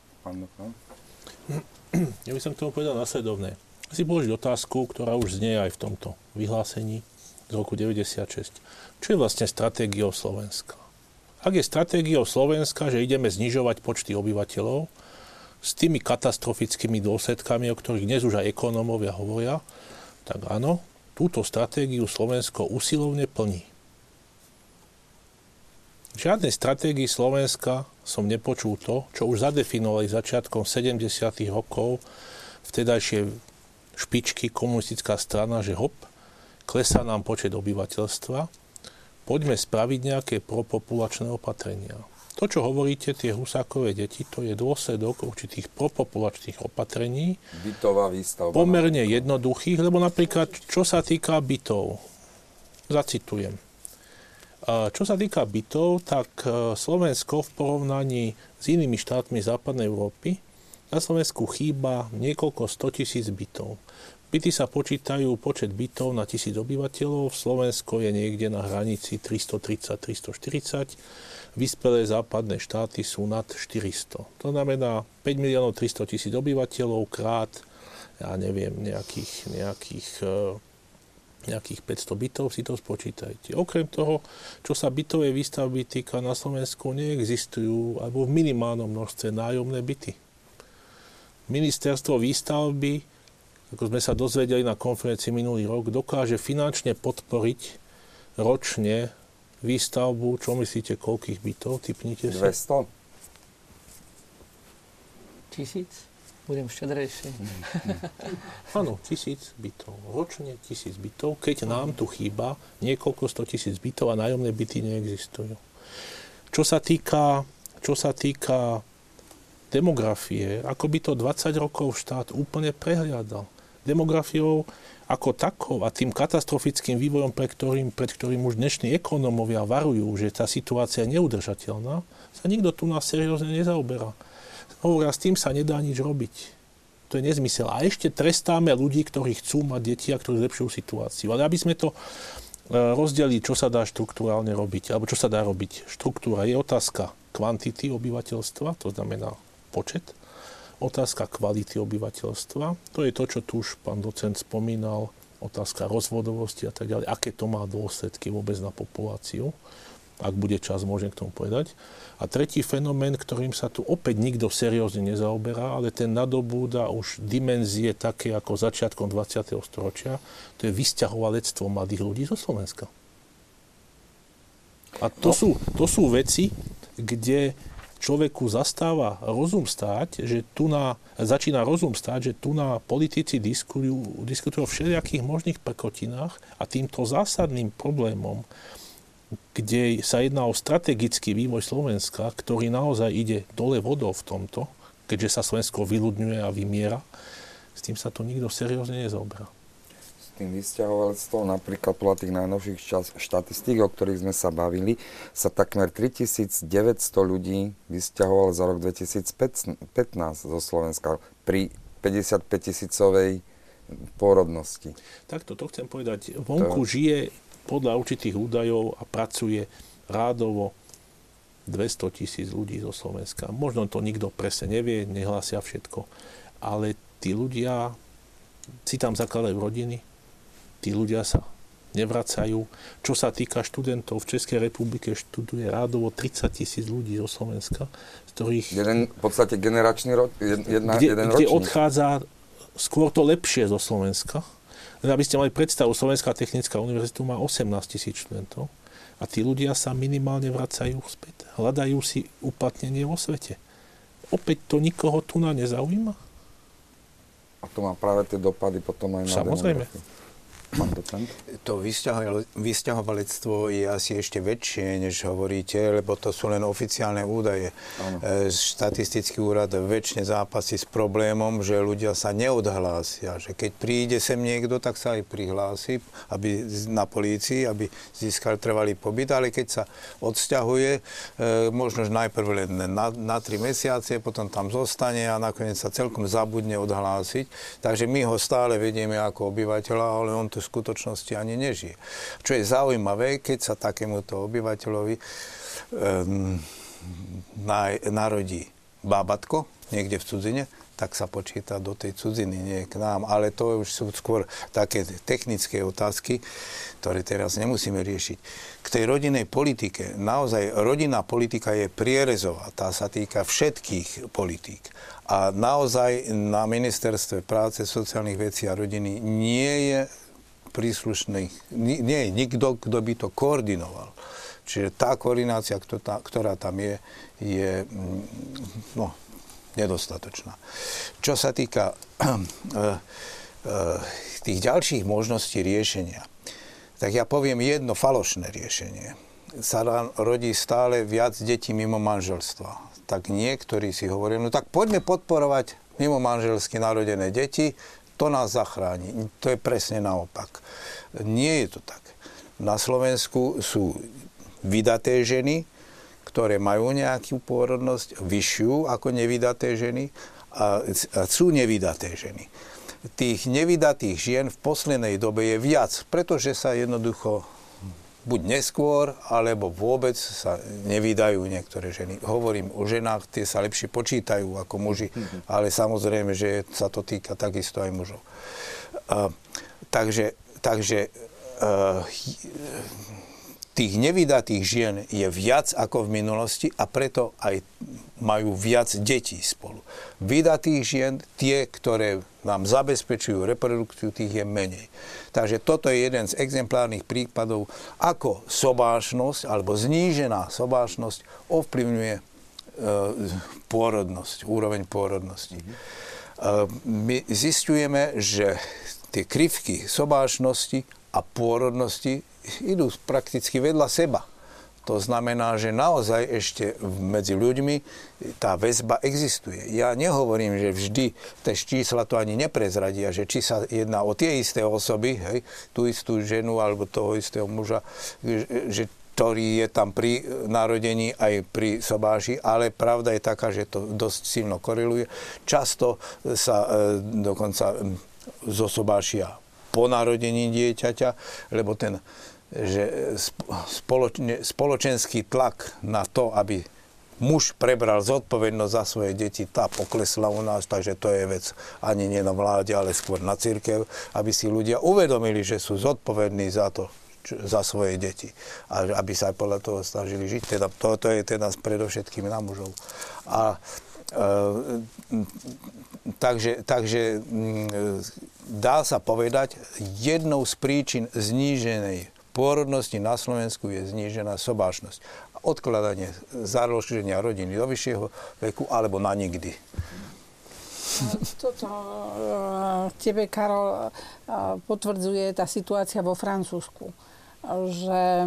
Ja by som k tomu povedal nasledovné. Si položiť otázku, ktorá už znie aj v tomto vyhlásení z roku 96. Čo je vlastne stratégiou Slovenska? Ak je stratégiou Slovenska, že ideme znižovať počty obyvateľov, s tými katastrofickými dôsledkami, o ktorých dnes už aj ekonómovia hovoria, tak áno, túto stratégiu Slovensko usilovne plní. V žiadnej stratégii Slovenska som nepočul to, čo už zadefinovali začiatkom 70. rokov vtedajšie špičky komunistická strana, že hop, klesá nám počet obyvateľstva, poďme spraviť nejaké propopulačné opatrenia. To, čo hovoríte, tie Husákové deti, to je dôsledok určitých propopulačných opatrení. Bytová výstavba. Pomerne jednoduchých, lebo napríklad, čo sa týka bytov, zacitujem. Čo sa týka bytov, tak Slovensko v porovnaní s inými štátmi západnej Európy, na Slovensku chýba niekoľko 100 000 bytov. Byty sa počítajú počet bytov na 1000 obyvateľov, Slovensko je niekde na hranici 330-340, vyspelé západné štáty sú nad 400. To znamená 5 300 000 obyvateľov krát, ja neviem, nejakých 500 bytov, si to spočítajte. Okrem toho, čo sa bytovej výstavby týka, na Slovensku neexistujú, alebo v minimálnom množstve nájomné byty. Ministerstvo výstavby, ako sme sa dozvedeli na konferencii minulý rok, dokáže finančne podporiť ročne výstavbu, čo myslíte, koľkých bytov? Typnite si. 200? 1000? Budem štedrejší. Áno, 1000 bytov. Ročne 1000 bytov, keď nám tu chýba niekoľko 100 000 bytov a nájomné byty neexistujú. Čo sa týka demografie, ako by to 20 rokov štát úplne prehliadal. Demografiou ako takou a tým katastrofickým vývojom, pred ktorým už dnešní ekonómovia varujú, že tá situácia je neudržateľná, sa nikto tu nás seriózne nezaoberá. Hovoria, s tým sa nedá nič robiť. To je nezmysel. A ešte trestáme ľudí, ktorí chcú mať deti a ktorí zlepšujú situáciu. Ale aby sme to rozdelili, čo sa dá štruktúrálne robiť, alebo čo sa dá robiť. Štruktúra je otázka kvantity obyvateľstva, to znamená počet, otázka kvality obyvateľstva, to je to, čo tu už pán docent spomínal, otázka rozvodovosti a tak ďalej, aké to má dôsledky vôbec na populáciu. Ak bude čas, môžem k tomu povedať. A tretí fenomén, ktorým sa tu opäť nikto seriózne nezaoberá, ale ten nadobúda už dimenzie také ako začiatkom 20. storočia, to je vysťahovalectvo mladých ľudí zo Slovenska. A to sú veci, kde človeku zastáva rozum stáť, že začína rozum stáť, že tu na politici diskutujú o všelijakých možných prkotinách a týmto zásadným problémom, kde sa jedná o strategický vývoj Slovenska, ktorý naozaj ide dole vodou v tomto, keďže sa Slovensko vyľudňuje a vymiera, s tým sa tu nikto seriózne nezaoberá. S tým vysťahovalectvom, napríklad podľa tých najnovších štatistík, o ktorých sme sa bavili, sa takmer 3900 ľudí vysťahovalo za rok 2015 zo Slovenska pri 55 000 pôrodnosti. Takto to chcem povedať. Vonku žije podľa určitých údajov a pracuje rádovo 200 000 ľudí zo Slovenska. Možno to nikto presne nevie, nehlásia všetko, ale tí ľudia si tam zakladajú rodiny, tí ľudia sa nevracajú. Čo sa týka študentov, v Českej republike študuje rádovo 30 000 ľudí zo Slovenska, z ktorých... v podstate generačný jeden ročník. Kde odchádza skôr to lepšie zo Slovenska. Aby ste mali predstavu, Slovenská technická univerzita má 18 000 študentov a tí ľudia sa minimálne vracajú späť. Hľadajú si uplatnenie vo svete. Opäť to nikoho tu nezaujíma? A to má práve tie dopady potom aj na Samozrejme. demografiu. Pán docent? To vysťahovalectvo je asi ešte väčšie, než hovoríte, lebo to sú len oficiálne údaje. Štatistický úrad väčšine zápasí s problémom, že ľudia sa neodhlásia. Že keď príde sem niekto, tak sa aj prihlási na polícii, aby získal trvalý pobyt, ale keď sa odsťahuje, možno najprv len na 3 mesiace, potom tam zostane a nakoniec sa celkom zabudne odhlásiť. Takže my ho stále vedieme ako obyvateľa, ale on tu v skutočnosti ani nežije. Čo je zaujímavé, keď sa takémuto obyvateľovi narodí bábatko niekde v cudzine, tak sa počíta do tej cudziny, nie k nám. Ale to už sú skôr také technické otázky, ktoré teraz nemusíme riešiť. K tej rodinnej politike, naozaj rodinná politika je prierezová, tá sa týka všetkých politík. A naozaj na ministerstve práce, sociálnych vecí a rodiny nie je príslušný, nie je nikto, kto by to koordinoval. Čiže tá koordinácia, ktorá tam je nedostatočná. Čo sa týka tých ďalších možností riešenia, tak ja poviem jedno falošné riešenie. Sa rodí stále viac detí mimo manželstva. Tak niektorí si hovoria, no tak poďme podporovať mimo manželsky narodené deti, to nás zachráni. To je presne naopak. Nie je to tak. Na Slovensku sú vydaté ženy, ktoré majú nejakú pôrodnosť vyššiu ako nevydaté ženy a sú nevydaté ženy. Tých nevydatých žien v poslednej dobe je viac, pretože sa jednoducho buď neskôr, alebo vôbec sa nevydajú niektoré ženy. Hovorím o ženách, tie sa lepšie počítajú ako muži, ale samozrejme, že sa to týka takisto aj mužov. Takže tých nevydatých žien je viac ako v minulosti a preto aj majú viac detí spolu. Vydatých žien, tie, ktoré nám zabezpečujú reprodukciu, tých je menej. Takže toto je jeden z exemplárnych prípadov, ako sobášnosť alebo znížená sobášnosť ovplyvňuje pôrodnosť, úroveň pôrodnosti. My zisťujeme, že tie krivky sobášnosti a pôrodnosti idú prakticky vedľa seba. To znamená, že naozaj ešte medzi ľuďmi tá väzba existuje. Ja nehovorím, že vždy tie čísla to ani neprezradia, že či sa jedná o tie isté osoby, hej, tú istú ženu alebo toho istého muža, že ktorý je tam pri narodení aj pri sobáši, ale pravda je taká, že to dosť silno koreluje. Často sa dokonca zosobášia po narodení dieťaťa, lebo ten spoločenský tlak na to, aby muž prebral zodpovednosť za svoje deti, tá poklesla u nás, takže to je vec ani nie na vláde, ale skôr na cirkev, aby si ľudia uvedomili, že sú zodpovední za to, za svoje deti. A aby sa aj podľa toho snažili žiť. Teda, to je teda predovšetkým na mužov. Takže dá sa povedať, jednou z príčin zníženej pôrodnosti na Slovensku je znížená sobášnosť. Odkladanie založenia rodiny do vyššieho veku alebo na nikdy. Toto tebe, Karol, potvrdzuje tá situácia vo Francúzsku. Že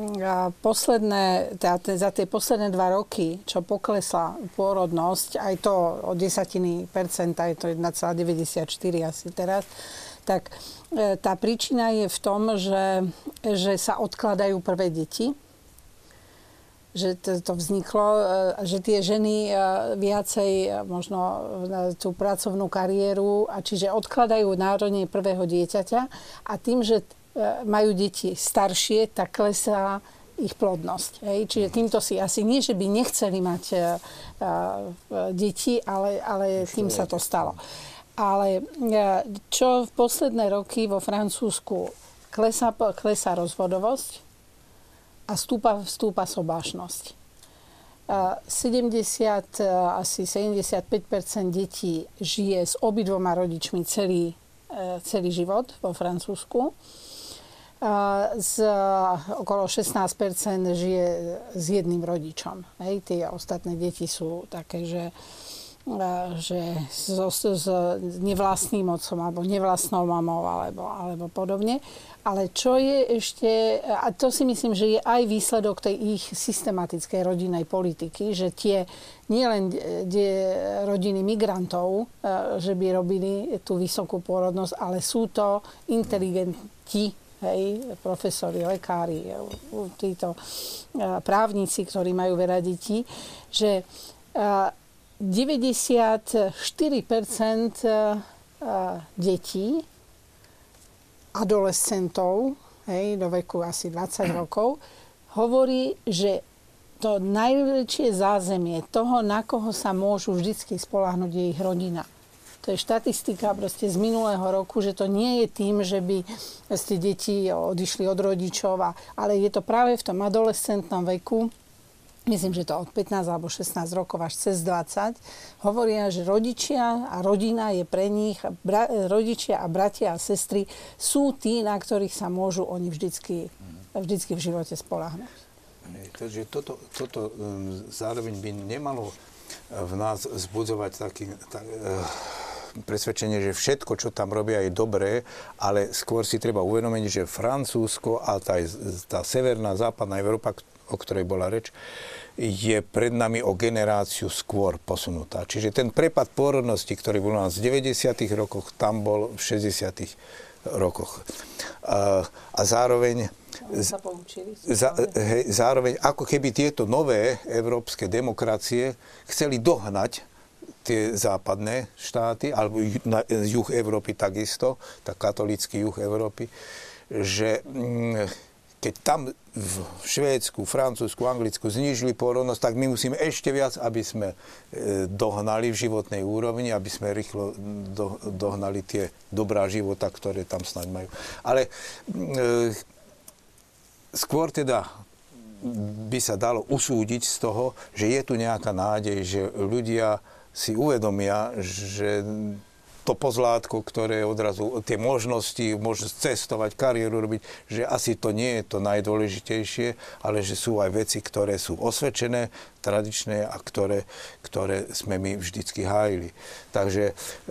za tie posledné 2 roky, čo poklesla pôrodnosť, aj to o 10%, je to 1,94 asi teraz, tak tá príčina je v tom, že sa odkladajú prvé deti, že to vzniklo, že tie ženy viacej možno tú pracovnú kariéru, a čiže odkladajú narodenie prvého dieťaťa a tým, že majú deti staršie, tak klesá ich plodnosť. Hej? Čiže týmto si asi nie, že by nechceli mať deti, ale tým sa to stalo. Ale čo v posledné roky vo Francúzsku klesá rozvodovosť a stúpa sobášnosť. Asi 75% detí žije s obidvoma rodičmi celý život vo Francúzsku. Okolo 16% žije s jedným rodičom. Hej, tie ostatné deti sú také, že s nevlastným otcom alebo nevlastnou mamou alebo podobne. Ale čo je ešte, a to si myslím, že je aj výsledok tej ich systematickej rodinnej politiky, že tie nielen rodiny migrantov, že by robili tú vysokú pôrodnosť, ale sú to inteligenti, hej, profesori, lekári, títo právnici, ktorí majú veľa detí, že 94% detí, adolescentov, hej, do veku asi 20 rokov, hovorí, že to najväčšie zázemie toho, na koho sa môžu vždycky spoľahnúť, je ich rodina. To je štatistika proste z minulého roku, že to nie je tým, že by deti odišli od rodičov, ale je to práve v tom adolescentnom veku, myslím, že to od 15 alebo 16 rokov až cez 20, hovoria, že rodičia a rodina je pre nich, rodičia a bratia a sestry sú tí, na ktorých sa môžu oni vždycky v živote spoľahnúť. Takže toto zároveň by nemalo v nás vzbudzovať presvedčenie, že všetko, čo tam robia, je dobré, ale skôr si treba uvedomiť, že Francúzsko a tá severná, západná Európa, o ktorej bola reč, je pred nami o generáciu skôr posunutá. Čiže ten prepad pôrodnosti, ktorý bol u nás v 90. rokoch, tam bol v 60. rokoch. A zároveň zároveň ako keby tieto nové európske demokracie chceli dohnať tie západné štáty, alebo juh Európy takisto, tak katolícky juh Európy, že keď tam v Švédsku, Francúzsku, Anglicku znížili pôrodnosť, tak my musíme ešte viac, aby sme dohnali v životnej úrovni, aby sme rýchlo dohnali tie dobrá života, ktoré tam snáď majú. Ale skôr teda by sa dalo usúdiť z toho, že je tu nejaká nádej, že ľudia si uvedomia, že to pozlátko, ktoré odrazu, tie možnosť cestovať, kariéru robiť, že asi to nie je to najdôležitejšie, ale že sú aj veci, ktoré sú osvedčené, tradičné a ktoré sme my vždycky hájili. Takže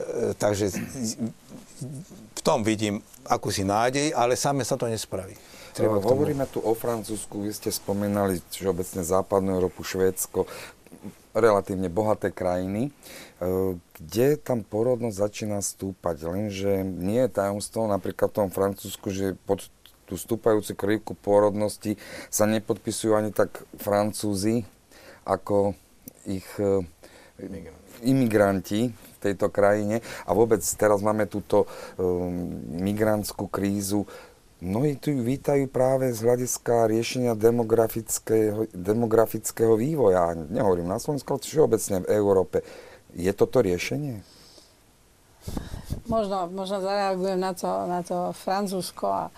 v tom vidím akúsi nádej, ale same sa to nespraví. Hovoríme tu o Francúzsku, vy ste spomínali všeobecne západnú Európu, Švédsko, relatívne bohaté krajiny, kde tam pôrodnosť začína stúpať. Lenže nie je tajomstvo, napríklad v tom Francúzsku, že pod tú stúpajúcu krivku pôrodnosti sa nepodpisujú ani tak Francúzi, ako ich imigranti v tejto krajine. A vôbec teraz máme túto migrantskú krízu. Mnohí tu vítajú práve z hľadiska riešenia demografického vývoja. Nehovorím na Slovensku, ale všeobecne v Európe. Je toto riešenie? Možno zareagujem na to Francúzsko.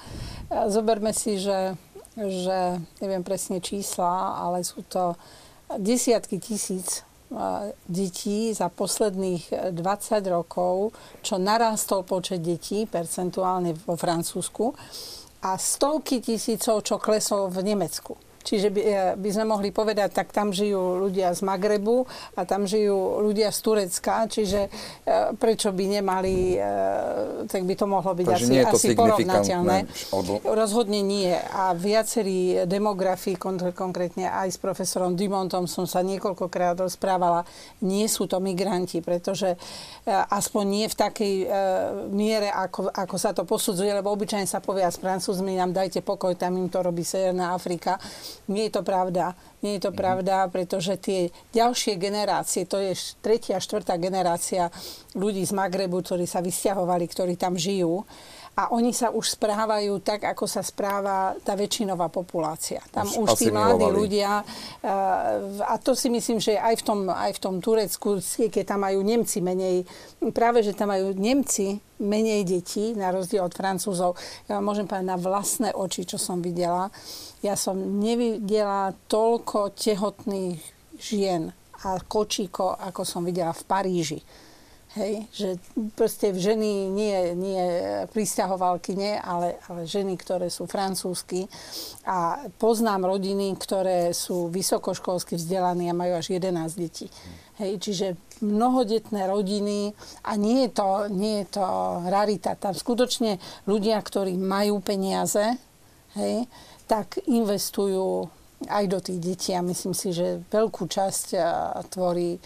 zoberme si, že neviem presne čísla, ale sú to desiatky tisíc detí za posledných 20 rokov, čo narástol počet detí percentuálne vo Francúzsku a stovky tisícov, čo klesol v Nemecku. Čiže by sme mohli povedať, tak tam žijú ľudia z Magrebu a tam žijú ľudia z Turecka, čiže prečo by nemali, tak by to mohlo byť asi porovnateľné. Rozhodne nie. A viacerí demografi, konkrétne aj s profesorom Dumontom som sa niekoľkokrát rozprávala, nie sú to migranti, pretože aspoň nie v takej miere, ako sa to posudzuje, lebo obyčajne sa povie s Francúzmi, nám dajte pokoj, tam im to robí Severná Afrika. Nie je to pravda. Nie je to pravda, pretože tie ďalšie generácie, to je 3. a 4. generácia ľudí z Magrebu, ktorí sa vysťahovali, ktorí tam žijú. A oni sa už správajú tak, ako sa správa tá väčšinová populácia. Tam už tí mladí ľudia, a to si myslím, že aj v tom Turecku, keď tam majú Nemci menej, práve že tam majú Nemci menej detí, na rozdiel od Francúzov. Ja môžem povedať na vlastné oči, čo som videla. Ja som nevidela toľko tehotných žien a kočíkov, ako som videla v Paríži. Hej, že proste ženy, nie prisťahovalky, nie, ale ženy, ktoré sú francúzsky. A poznám rodiny, ktoré sú vysokoškolsky vzdelané a majú až 11 detí. Hej, čiže mnohodetné rodiny a nie je to rarita. Tam skutočne ľudia, ktorí majú peniaze, hej, tak investujú aj do tých detí a myslím si, že veľkú časť tvorí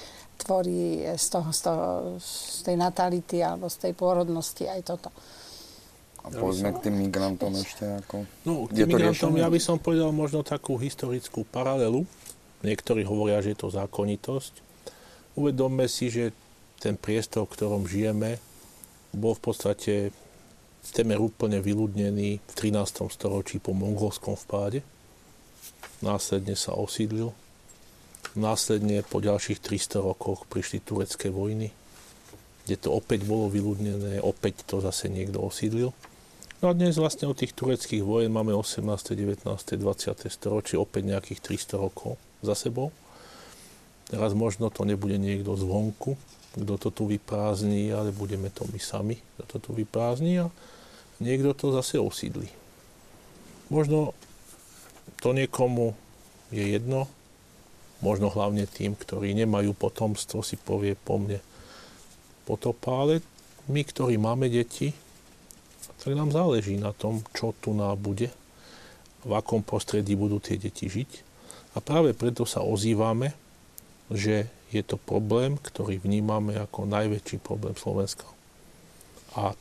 z tej natality alebo z tej pôrodnosti aj toto. A povedzme k tým migrantom ešte ako... No, k tým migrantom ja by som povedal možno takú historickú paralelu. Niektorí hovoria, že je to zákonitosť. Uvedomme si, že ten priestor, v ktorom žijeme, bol v podstate témer úplne vyľudnený v 13. storočí po mongolskom vpáde. Následne sa osídlil. Následne po ďalších 300 rokoch prišli turecké vojny, kde to opäť bolo vyľudnené, opäť to zase niekto osídlil. No a dnes vlastne od tých tureckých vojen máme 18., 19., 20. storočie, opäť nejakých 300 rokov za sebou. Teraz možno to nebude niekto zvonku, kto to tu vyprázdni, ale budeme to my sami, kto to tu vyprázdni a niekto to zase osídli. Možno to niekomu je jedno, možno hlavne tým, ktorí nemajú potomstvo, si povie po mne potopa, ale my, ktorí máme deti, tak nám záleží na tom, čo tu bude, v akom prostredí budú tie deti žiť. A práve preto sa ozývame, že je to problém, ktorý vnímame ako najväčší problém Slovenska. A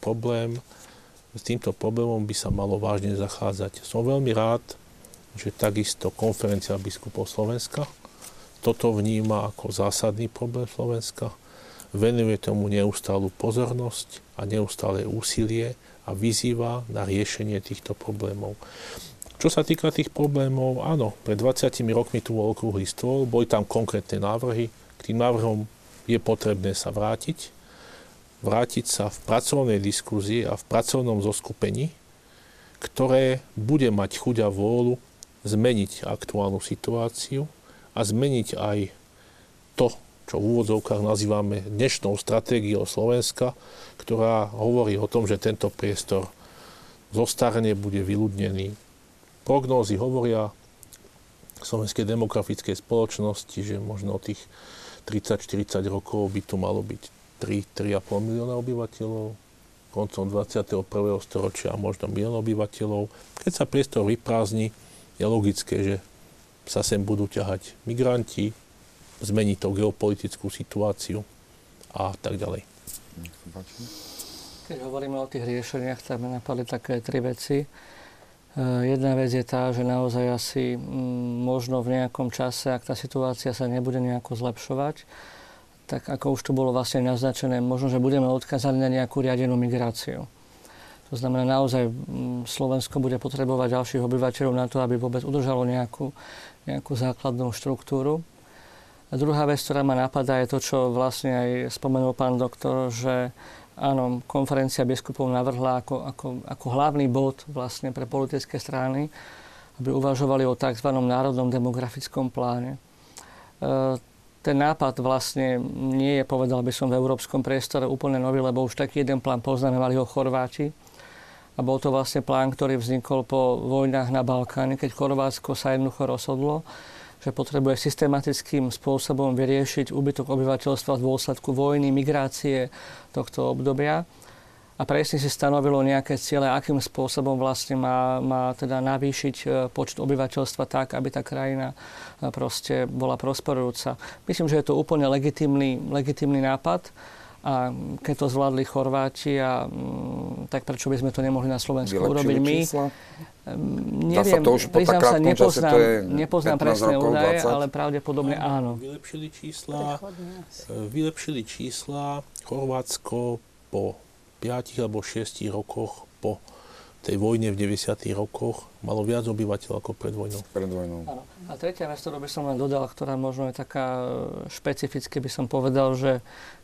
s týmto problémom by sa malo vážne zachádzať. Som veľmi rád, že takisto Konferencia biskupov Slovenska toto vníma ako zásadný problém Slovenska, venuje tomu neustálu pozornosť a neustále úsilie a vyzýva na riešenie týchto problémov. Čo sa týka tých problémov, áno, pred 20 rokmi tu bol okrúhly stôl, boli tam konkrétne návrhy, k tým návrhom je potrebné sa vrátiť sa v pracovnej diskuzii a v pracovnom zoskupení, ktoré bude mať chuť a vôľu zmeniť aktuálnu situáciu a zmeniť aj to, čo v úvodzovkách nazývame dnešnou stratégiou Slovenska, ktorá hovorí o tom, že tento priestor zostarne, bude vyľudnený. Prognózy hovoria Slovenskej demografickej spoločnosti, že možno tých 30-40 rokov by tu malo byť 3,5 milióna obyvateľov, koncom 21. storočia možno milión obyvateľov. Keď sa priestor vyprázdni, je logické, že sa sem budú ťahať migranti, zmení to geopolitickú situáciu a tak ďalej. Keď hovoríme o tých riešeniach, tak mi napadli také 3 veci. Jedna vec je tá, že naozaj asi možno v nejakom čase, ak tá situácia sa nebude nejako zlepšovať, tak ako už tu bolo vlastne naznačené, možno, že budeme odkazaní na nejakú riadenú migráciu. To znamená, naozaj Slovensko bude potrebovať ďalších obyvateľov na to, aby vôbec udržalo nejakú základnú štruktúru. A druhá vec, ktorá ma napadá, je to, čo vlastne aj spomenul pán doktor, že áno, konferencia biskupov navrhla ako hlavný bod vlastne pre politické strany, aby uvažovali o tzv. Národnom demografickom pláne. Ten nápad vlastne nie je, povedal by som, v európskom priestore úplne nový, lebo už taký jeden plán poznáme, mali ho Chorváti. A bol to vlastne plán, ktorý vznikol po vojnách na Balkáne, keď Chorvátsko sa jednoducho rozhodlo, že potrebuje systematickým spôsobom vyriešiť úbytok obyvateľstva v dôsledku vojny, migrácie tohto obdobia. A presne si stanovilo nejaké ciele, akým spôsobom vlastne má teda navýšiť počet obyvateľstva tak, aby tá krajina proste bola prosperujúca. Myslím, že je to úplne legitímny nápad. A keď to zvládli Chorváti, tak prečo by sme to nemohli na Slovensku urobiť my? Neviem, priznám sa, nepoznám presné údaje, ale pravdepodobne áno. Vylepšili čísla. Chorvátsko po 5 alebo 6 rokoch po tej vojne v 90. rokoch malo viac obyvateľov ako pred vojnou. Áno. A tretia vec, ktorú by som len dodal, ktorá možno je taká špecificky, by som povedal, že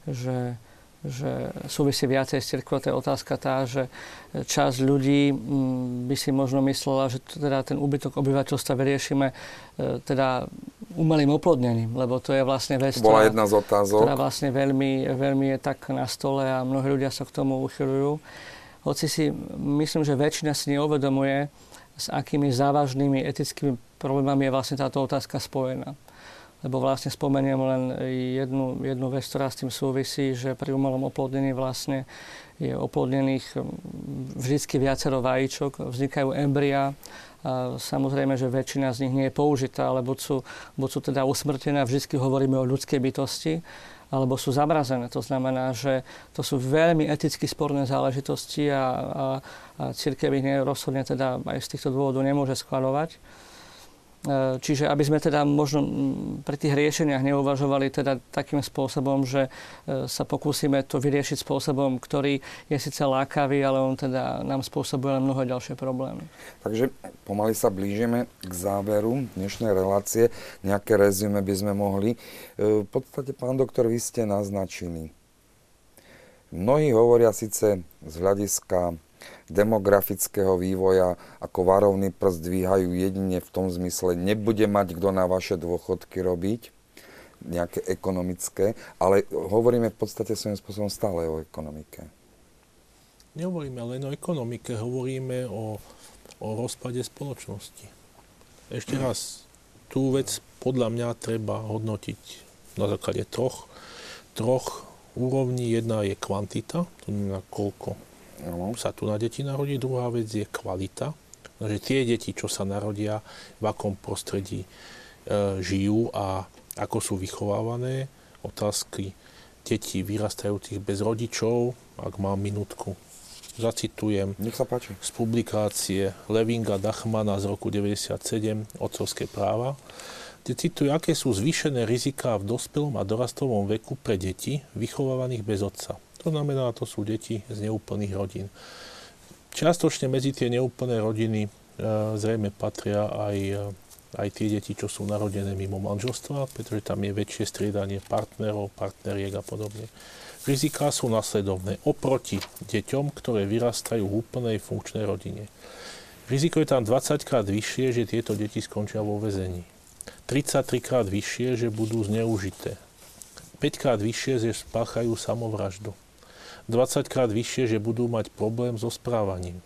súvisí viacej s cirkvou, to je otázka tá, že časť ľudí by si možno myslela, že teda ten úbytok obyvateľstva vyriešime teda umelým oplodnením, lebo to je vlastne vec, bola jedna z otázok, ktorá vlastne veľmi je tak na stole a mnohí ľudia sa k tomu uchyľujú. Hoci si myslím, že väčšina si neuvedomuje, s akými závažnými etickými problémami je vlastne táto otázka spojená. Lebo vlastne spomeniem len jednu vec, ktorá s tým súvisí, že pri umelom oplodnení vlastne je oplodnených vždycky viacero vajíčok, vznikajú embryá. A samozrejme, že väčšina z nich nie je použitá, ale buď sú teda usmrtené, vždycky hovoríme o ľudskej bytosti, alebo sú zamrazené. To znamená, že to sú veľmi eticky sporné záležitosti a cirkev ich rozhodne teda aj z týchto dôvodov nemôže schvaľovať. Čiže aby sme teda možno pri tých riešeniach neuvažovali teda takým spôsobom, že sa pokúsime to vyriešiť spôsobom, ktorý je síce lákavý, ale on teda nám spôsobuje len mnoho ďalšie problémy. Takže pomaly sa blížime k záveru dnešnej relácie. Nejaké rezume by sme mohli. V podstate, pán doktor, vy ste naznačili. Mnohí hovoria síce z hľadiska demografického vývoja ako varovný prst dvíhajú jedine v tom zmysle, nebude mať kto na vaše dôchodky robiť, nejaké ekonomické, ale hovoríme v podstate svojím spôsobom stále o ekonomike. Nehovoríme len o ekonomike, hovoríme o rozpade spoločnosti. Ešte raz, tú vec podľa mňa treba hodnotiť na základe troch úrovní. Jedna je kvantita, to znamená koľko sa tu na deti narodí. Druhá vec je kvalita, že tie deti, čo sa narodia, v akom prostredí žijú a ako sú vychovávané. Otázky detí vyrastajúcich bez rodičov, ak mám minútku, zacitujem z publikácie Levinga Dachmana z roku 1997, Otcovské práva, kde cituje, aké sú zvýšené riziká v dospelom a dorastovom veku pre deti vychovávaných bez otca. To znamená, to sú deti z neúplných rodín. Čiastočne medzi tie neúplné rodiny zrejme patria aj tie deti, čo sú narodené mimo manželstva, pretože tam je väčšie striedanie partnerov, partneriek a podobne. Riziká sú nasledovné oproti deťom, ktoré vyrastajú v úplnej funkčnej rodine. Riziko je tam 20-krát vyššie, že tieto deti skončia vo väzení. 33-krát vyššie, že budú zneužité. 5-krát vyššie, že spáchajú samovraždu. 20-krát vyššie, že budú mať problém so správaním.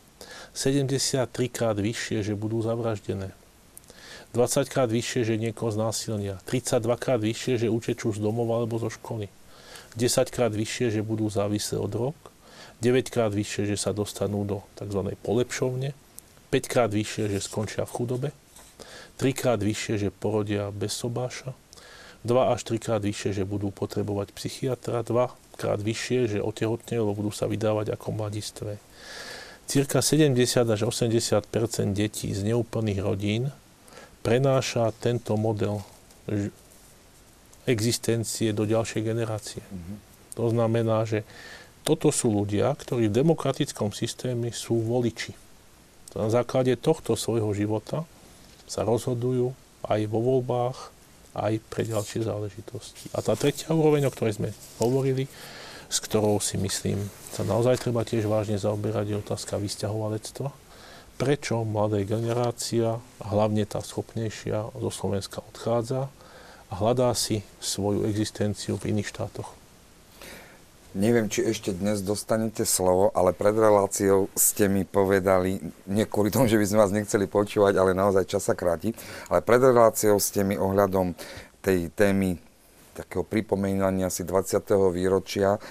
73-krát vyššie, že budú zavraždené. 20-krát vyššie, že niekoho znásilnia. 32-krát vyššie, že utečú z domova alebo zo školy. 10-krát vyššie, že budú závislé od drog. 9-krát vyššie, že sa dostanú do tzv. Polepšovne. 5-krát vyššie, že skončia v chudobe. 3-krát vyššie, že porodia bez sobáša. 2 až 3-krát vyššie, že budú potrebovať psychiatra. 2-krát vyššie, že otehotnejú, lebo budú sa vydávať ako mladistvé. Cirka 70 až 80 % detí z neúplných rodín prenáša tento model existencie do ďalšej generácie. To znamená, že toto sú ľudia, ktorí v demokratickom systéme sú voliči. Na základe tohto svojho života sa rozhodujú aj vo voľbách, aj pre ďalšie záležitosti. A tá tretia úroveň, o ktorej sme hovorili, s ktorou si myslím, sa naozaj treba tiež vážne zaoberať, je otázka vysťahovalectva. Prečo mladá generácia, a hlavne tá schopnejšia, zo Slovenska odchádza a hľadá si svoju existenciu v iných štátoch? Neviem, či ešte dnes dostanete slovo, ale pred reláciou ste mi povedali, nie kvôli tomu, že by sme vás nechceli počúvať, ale naozaj čas sa kráti, ale pred reláciou ste mi ohľadom tej témy takého pripomínania si 20. výročia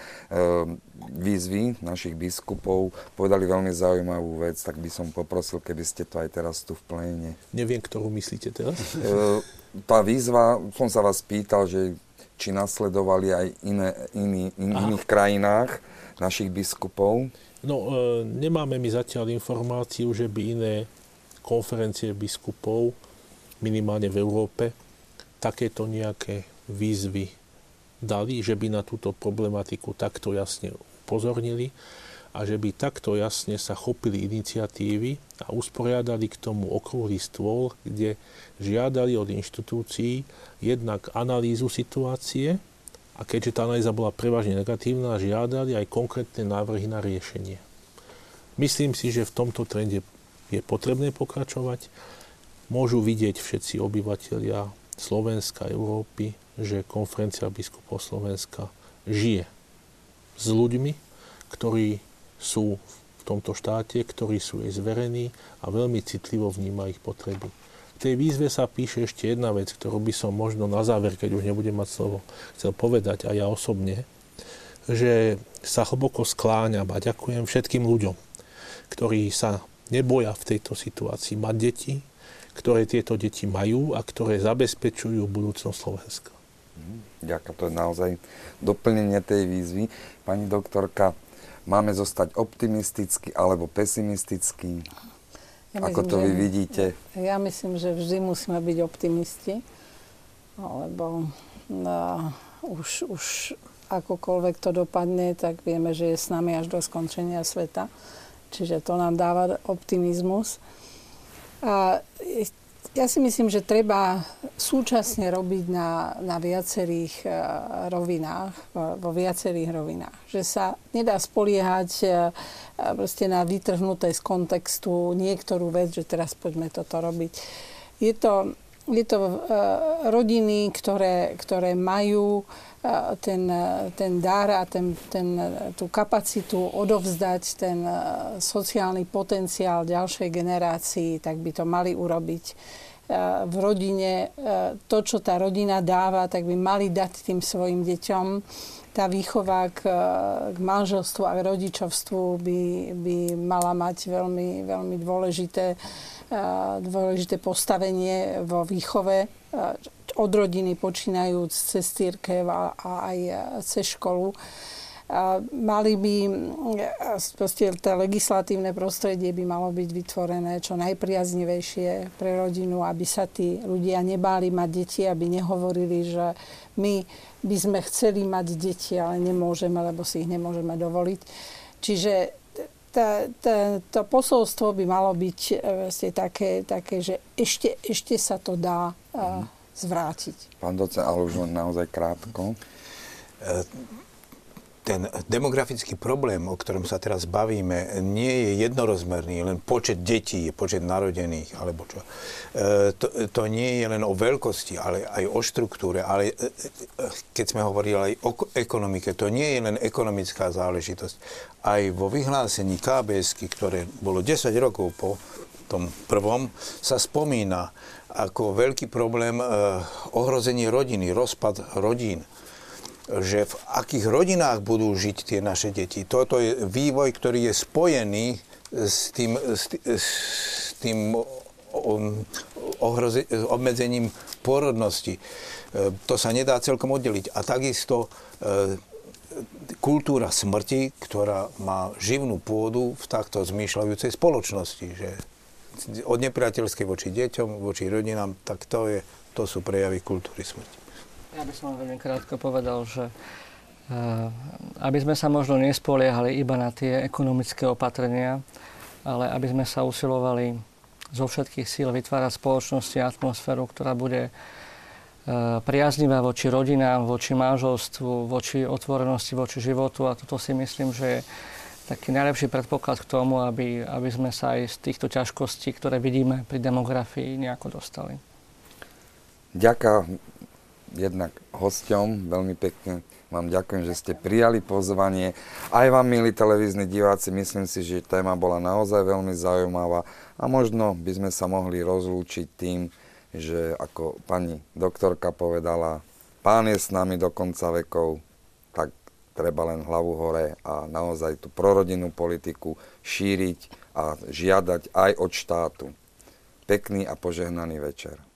výzvy našich biskupov povedali veľmi zaujímavú vec, tak by som poprosil, keby ste to aj teraz tu v pléne. Neviem, ktorú myslíte teraz. Tá výzva, som sa vás pýtal, že či nasledovali aj iných krajinách našich biskupov? No, nemáme my zatiaľ informáciu, že by iné konferencie biskupov, minimálne v Európe, takéto nejaké výzvy dali, že by na túto problematiku takto jasne upozornili a že by takto jasne sa chopili iniciatívy a usporiadali k tomu okrúhly stôl, kde žiadali od inštitúcií jednak analýzu situácie a keďže tá analýza bola prevažne negatívna, žiadali aj konkrétne návrhy na riešenie. Myslím si, že v tomto trende je potrebné pokračovať. Môžu vidieť všetci obyvatelia Slovenska, Európy, že konferencia biskupov Slovenska žije s ľuďmi, ktorí sú v tomto štáte, ktorí sú jej zverení a veľmi citlivo vníma ich potreby. V tej výzve sa píše ešte jedna vec, ktorú by som možno na záver, keď už nebudem mať slovo, chcel povedať aj ja osobne, že sa hlboko skláňam a ďakujem všetkým ľuďom, ktorí sa neboja v tejto situácii mať deti, ktoré tieto deti majú a ktoré zabezpečujú budúcnosť Slovenska. Ďakujem, to je naozaj doplnenie tej výzvy. Pani doktorka, máme zostať optimistický alebo pesimistický? Ako to vy vidíte? Ja myslím, že vždy musíme byť optimisti, lebo už akokoľvek to dopadne, tak vieme, že je s nami až do skončenia sveta. Čiže to nám dáva optimizmus. A ja si myslím, že treba súčasne robiť na viacerých rovinách, vo viacerých rovinách. Že sa nedá spoliehať proste na vytrhnuté z kontextu niektorú vec, že teraz poďme toto robiť. Je to rodiny, ktoré majú ten dar a tú kapacitu odovzdať ten sociálny potenciál ďalšej generácii, tak by to mali urobiť. V rodine to, čo tá rodina dáva, tak by mali dať tým svojim deťom. Tá výchova k manželstvu a k rodičovstvu by mala mať veľmi, veľmi dôležité postavenie vo výchove od rodiny počínajúc cez cirkev a aj cez školu. Mali by, proste to legislatívne prostredie by malo byť vytvorené čo najpriaznivejšie pre rodinu, aby sa tí ľudia nebáli mať deti, aby nehovorili, že my by sme chceli mať deti, ale nemôžeme, lebo si ich nemôžeme dovoliť. Čiže to posolstvo by malo byť také, že ešte sa to dá zvrátiť. Pán docent, ale už len naozaj krátko. Ten demografický problém, o ktorom sa teraz bavíme, nie je jednorozmerný, len počet detí, počet narodených, alebo čo. To nie je len o veľkosti, ale aj o štruktúre, ale keď sme hovorili aj o ekonomike, to nie je len ekonomická záležitosť. Aj vo vyhlásení KBS-ky, ktoré bolo 10 rokov po tom prvom, sa spomína ako veľký problém ohrozenie rodiny, rozpad rodín. Že v akých rodinách budú žiť tie naše deti. Toto je vývoj, ktorý je spojený s tým obmedzením pôrodnosti. To sa nedá celkom oddeliť. A takisto kultúra smrti, ktorá má živnú pôdu v takto zmýšľajúcej spoločnosti. Že od nepriateľskej voči deťom, voči rodinám, tak to sú prejavy kultúry smrti. Ja by som veľmi krátko povedal, že aby sme sa možno nespoliehali iba na tie ekonomické opatrenia, ale aby sme sa usilovali zo všetkých síl vytvárať spoločnosti a atmosféru, ktorá bude priaznivá voči rodinám, voči manželstvu, voči otvorenosti, voči životu a toto si myslím, že je taký najlepší predpoklad k tomu, aby sme sa aj z týchto ťažkostí, ktoré vidíme pri demografii, nejako dostali. Ďakujem jednak hosťom, veľmi pekne vám ďakujem, že ste prijali pozvanie. Aj vám, milí televízni diváci, myslím si, že téma bola naozaj veľmi zaujímavá a možno by sme sa mohli rozlúčiť tým, že ako pani doktorka povedala, Pán je s nami do konca vekov, tak treba len hlavu hore a naozaj tú prorodinnú politiku šíriť a žiadať aj od štátu. Pekný a požehnaný večer.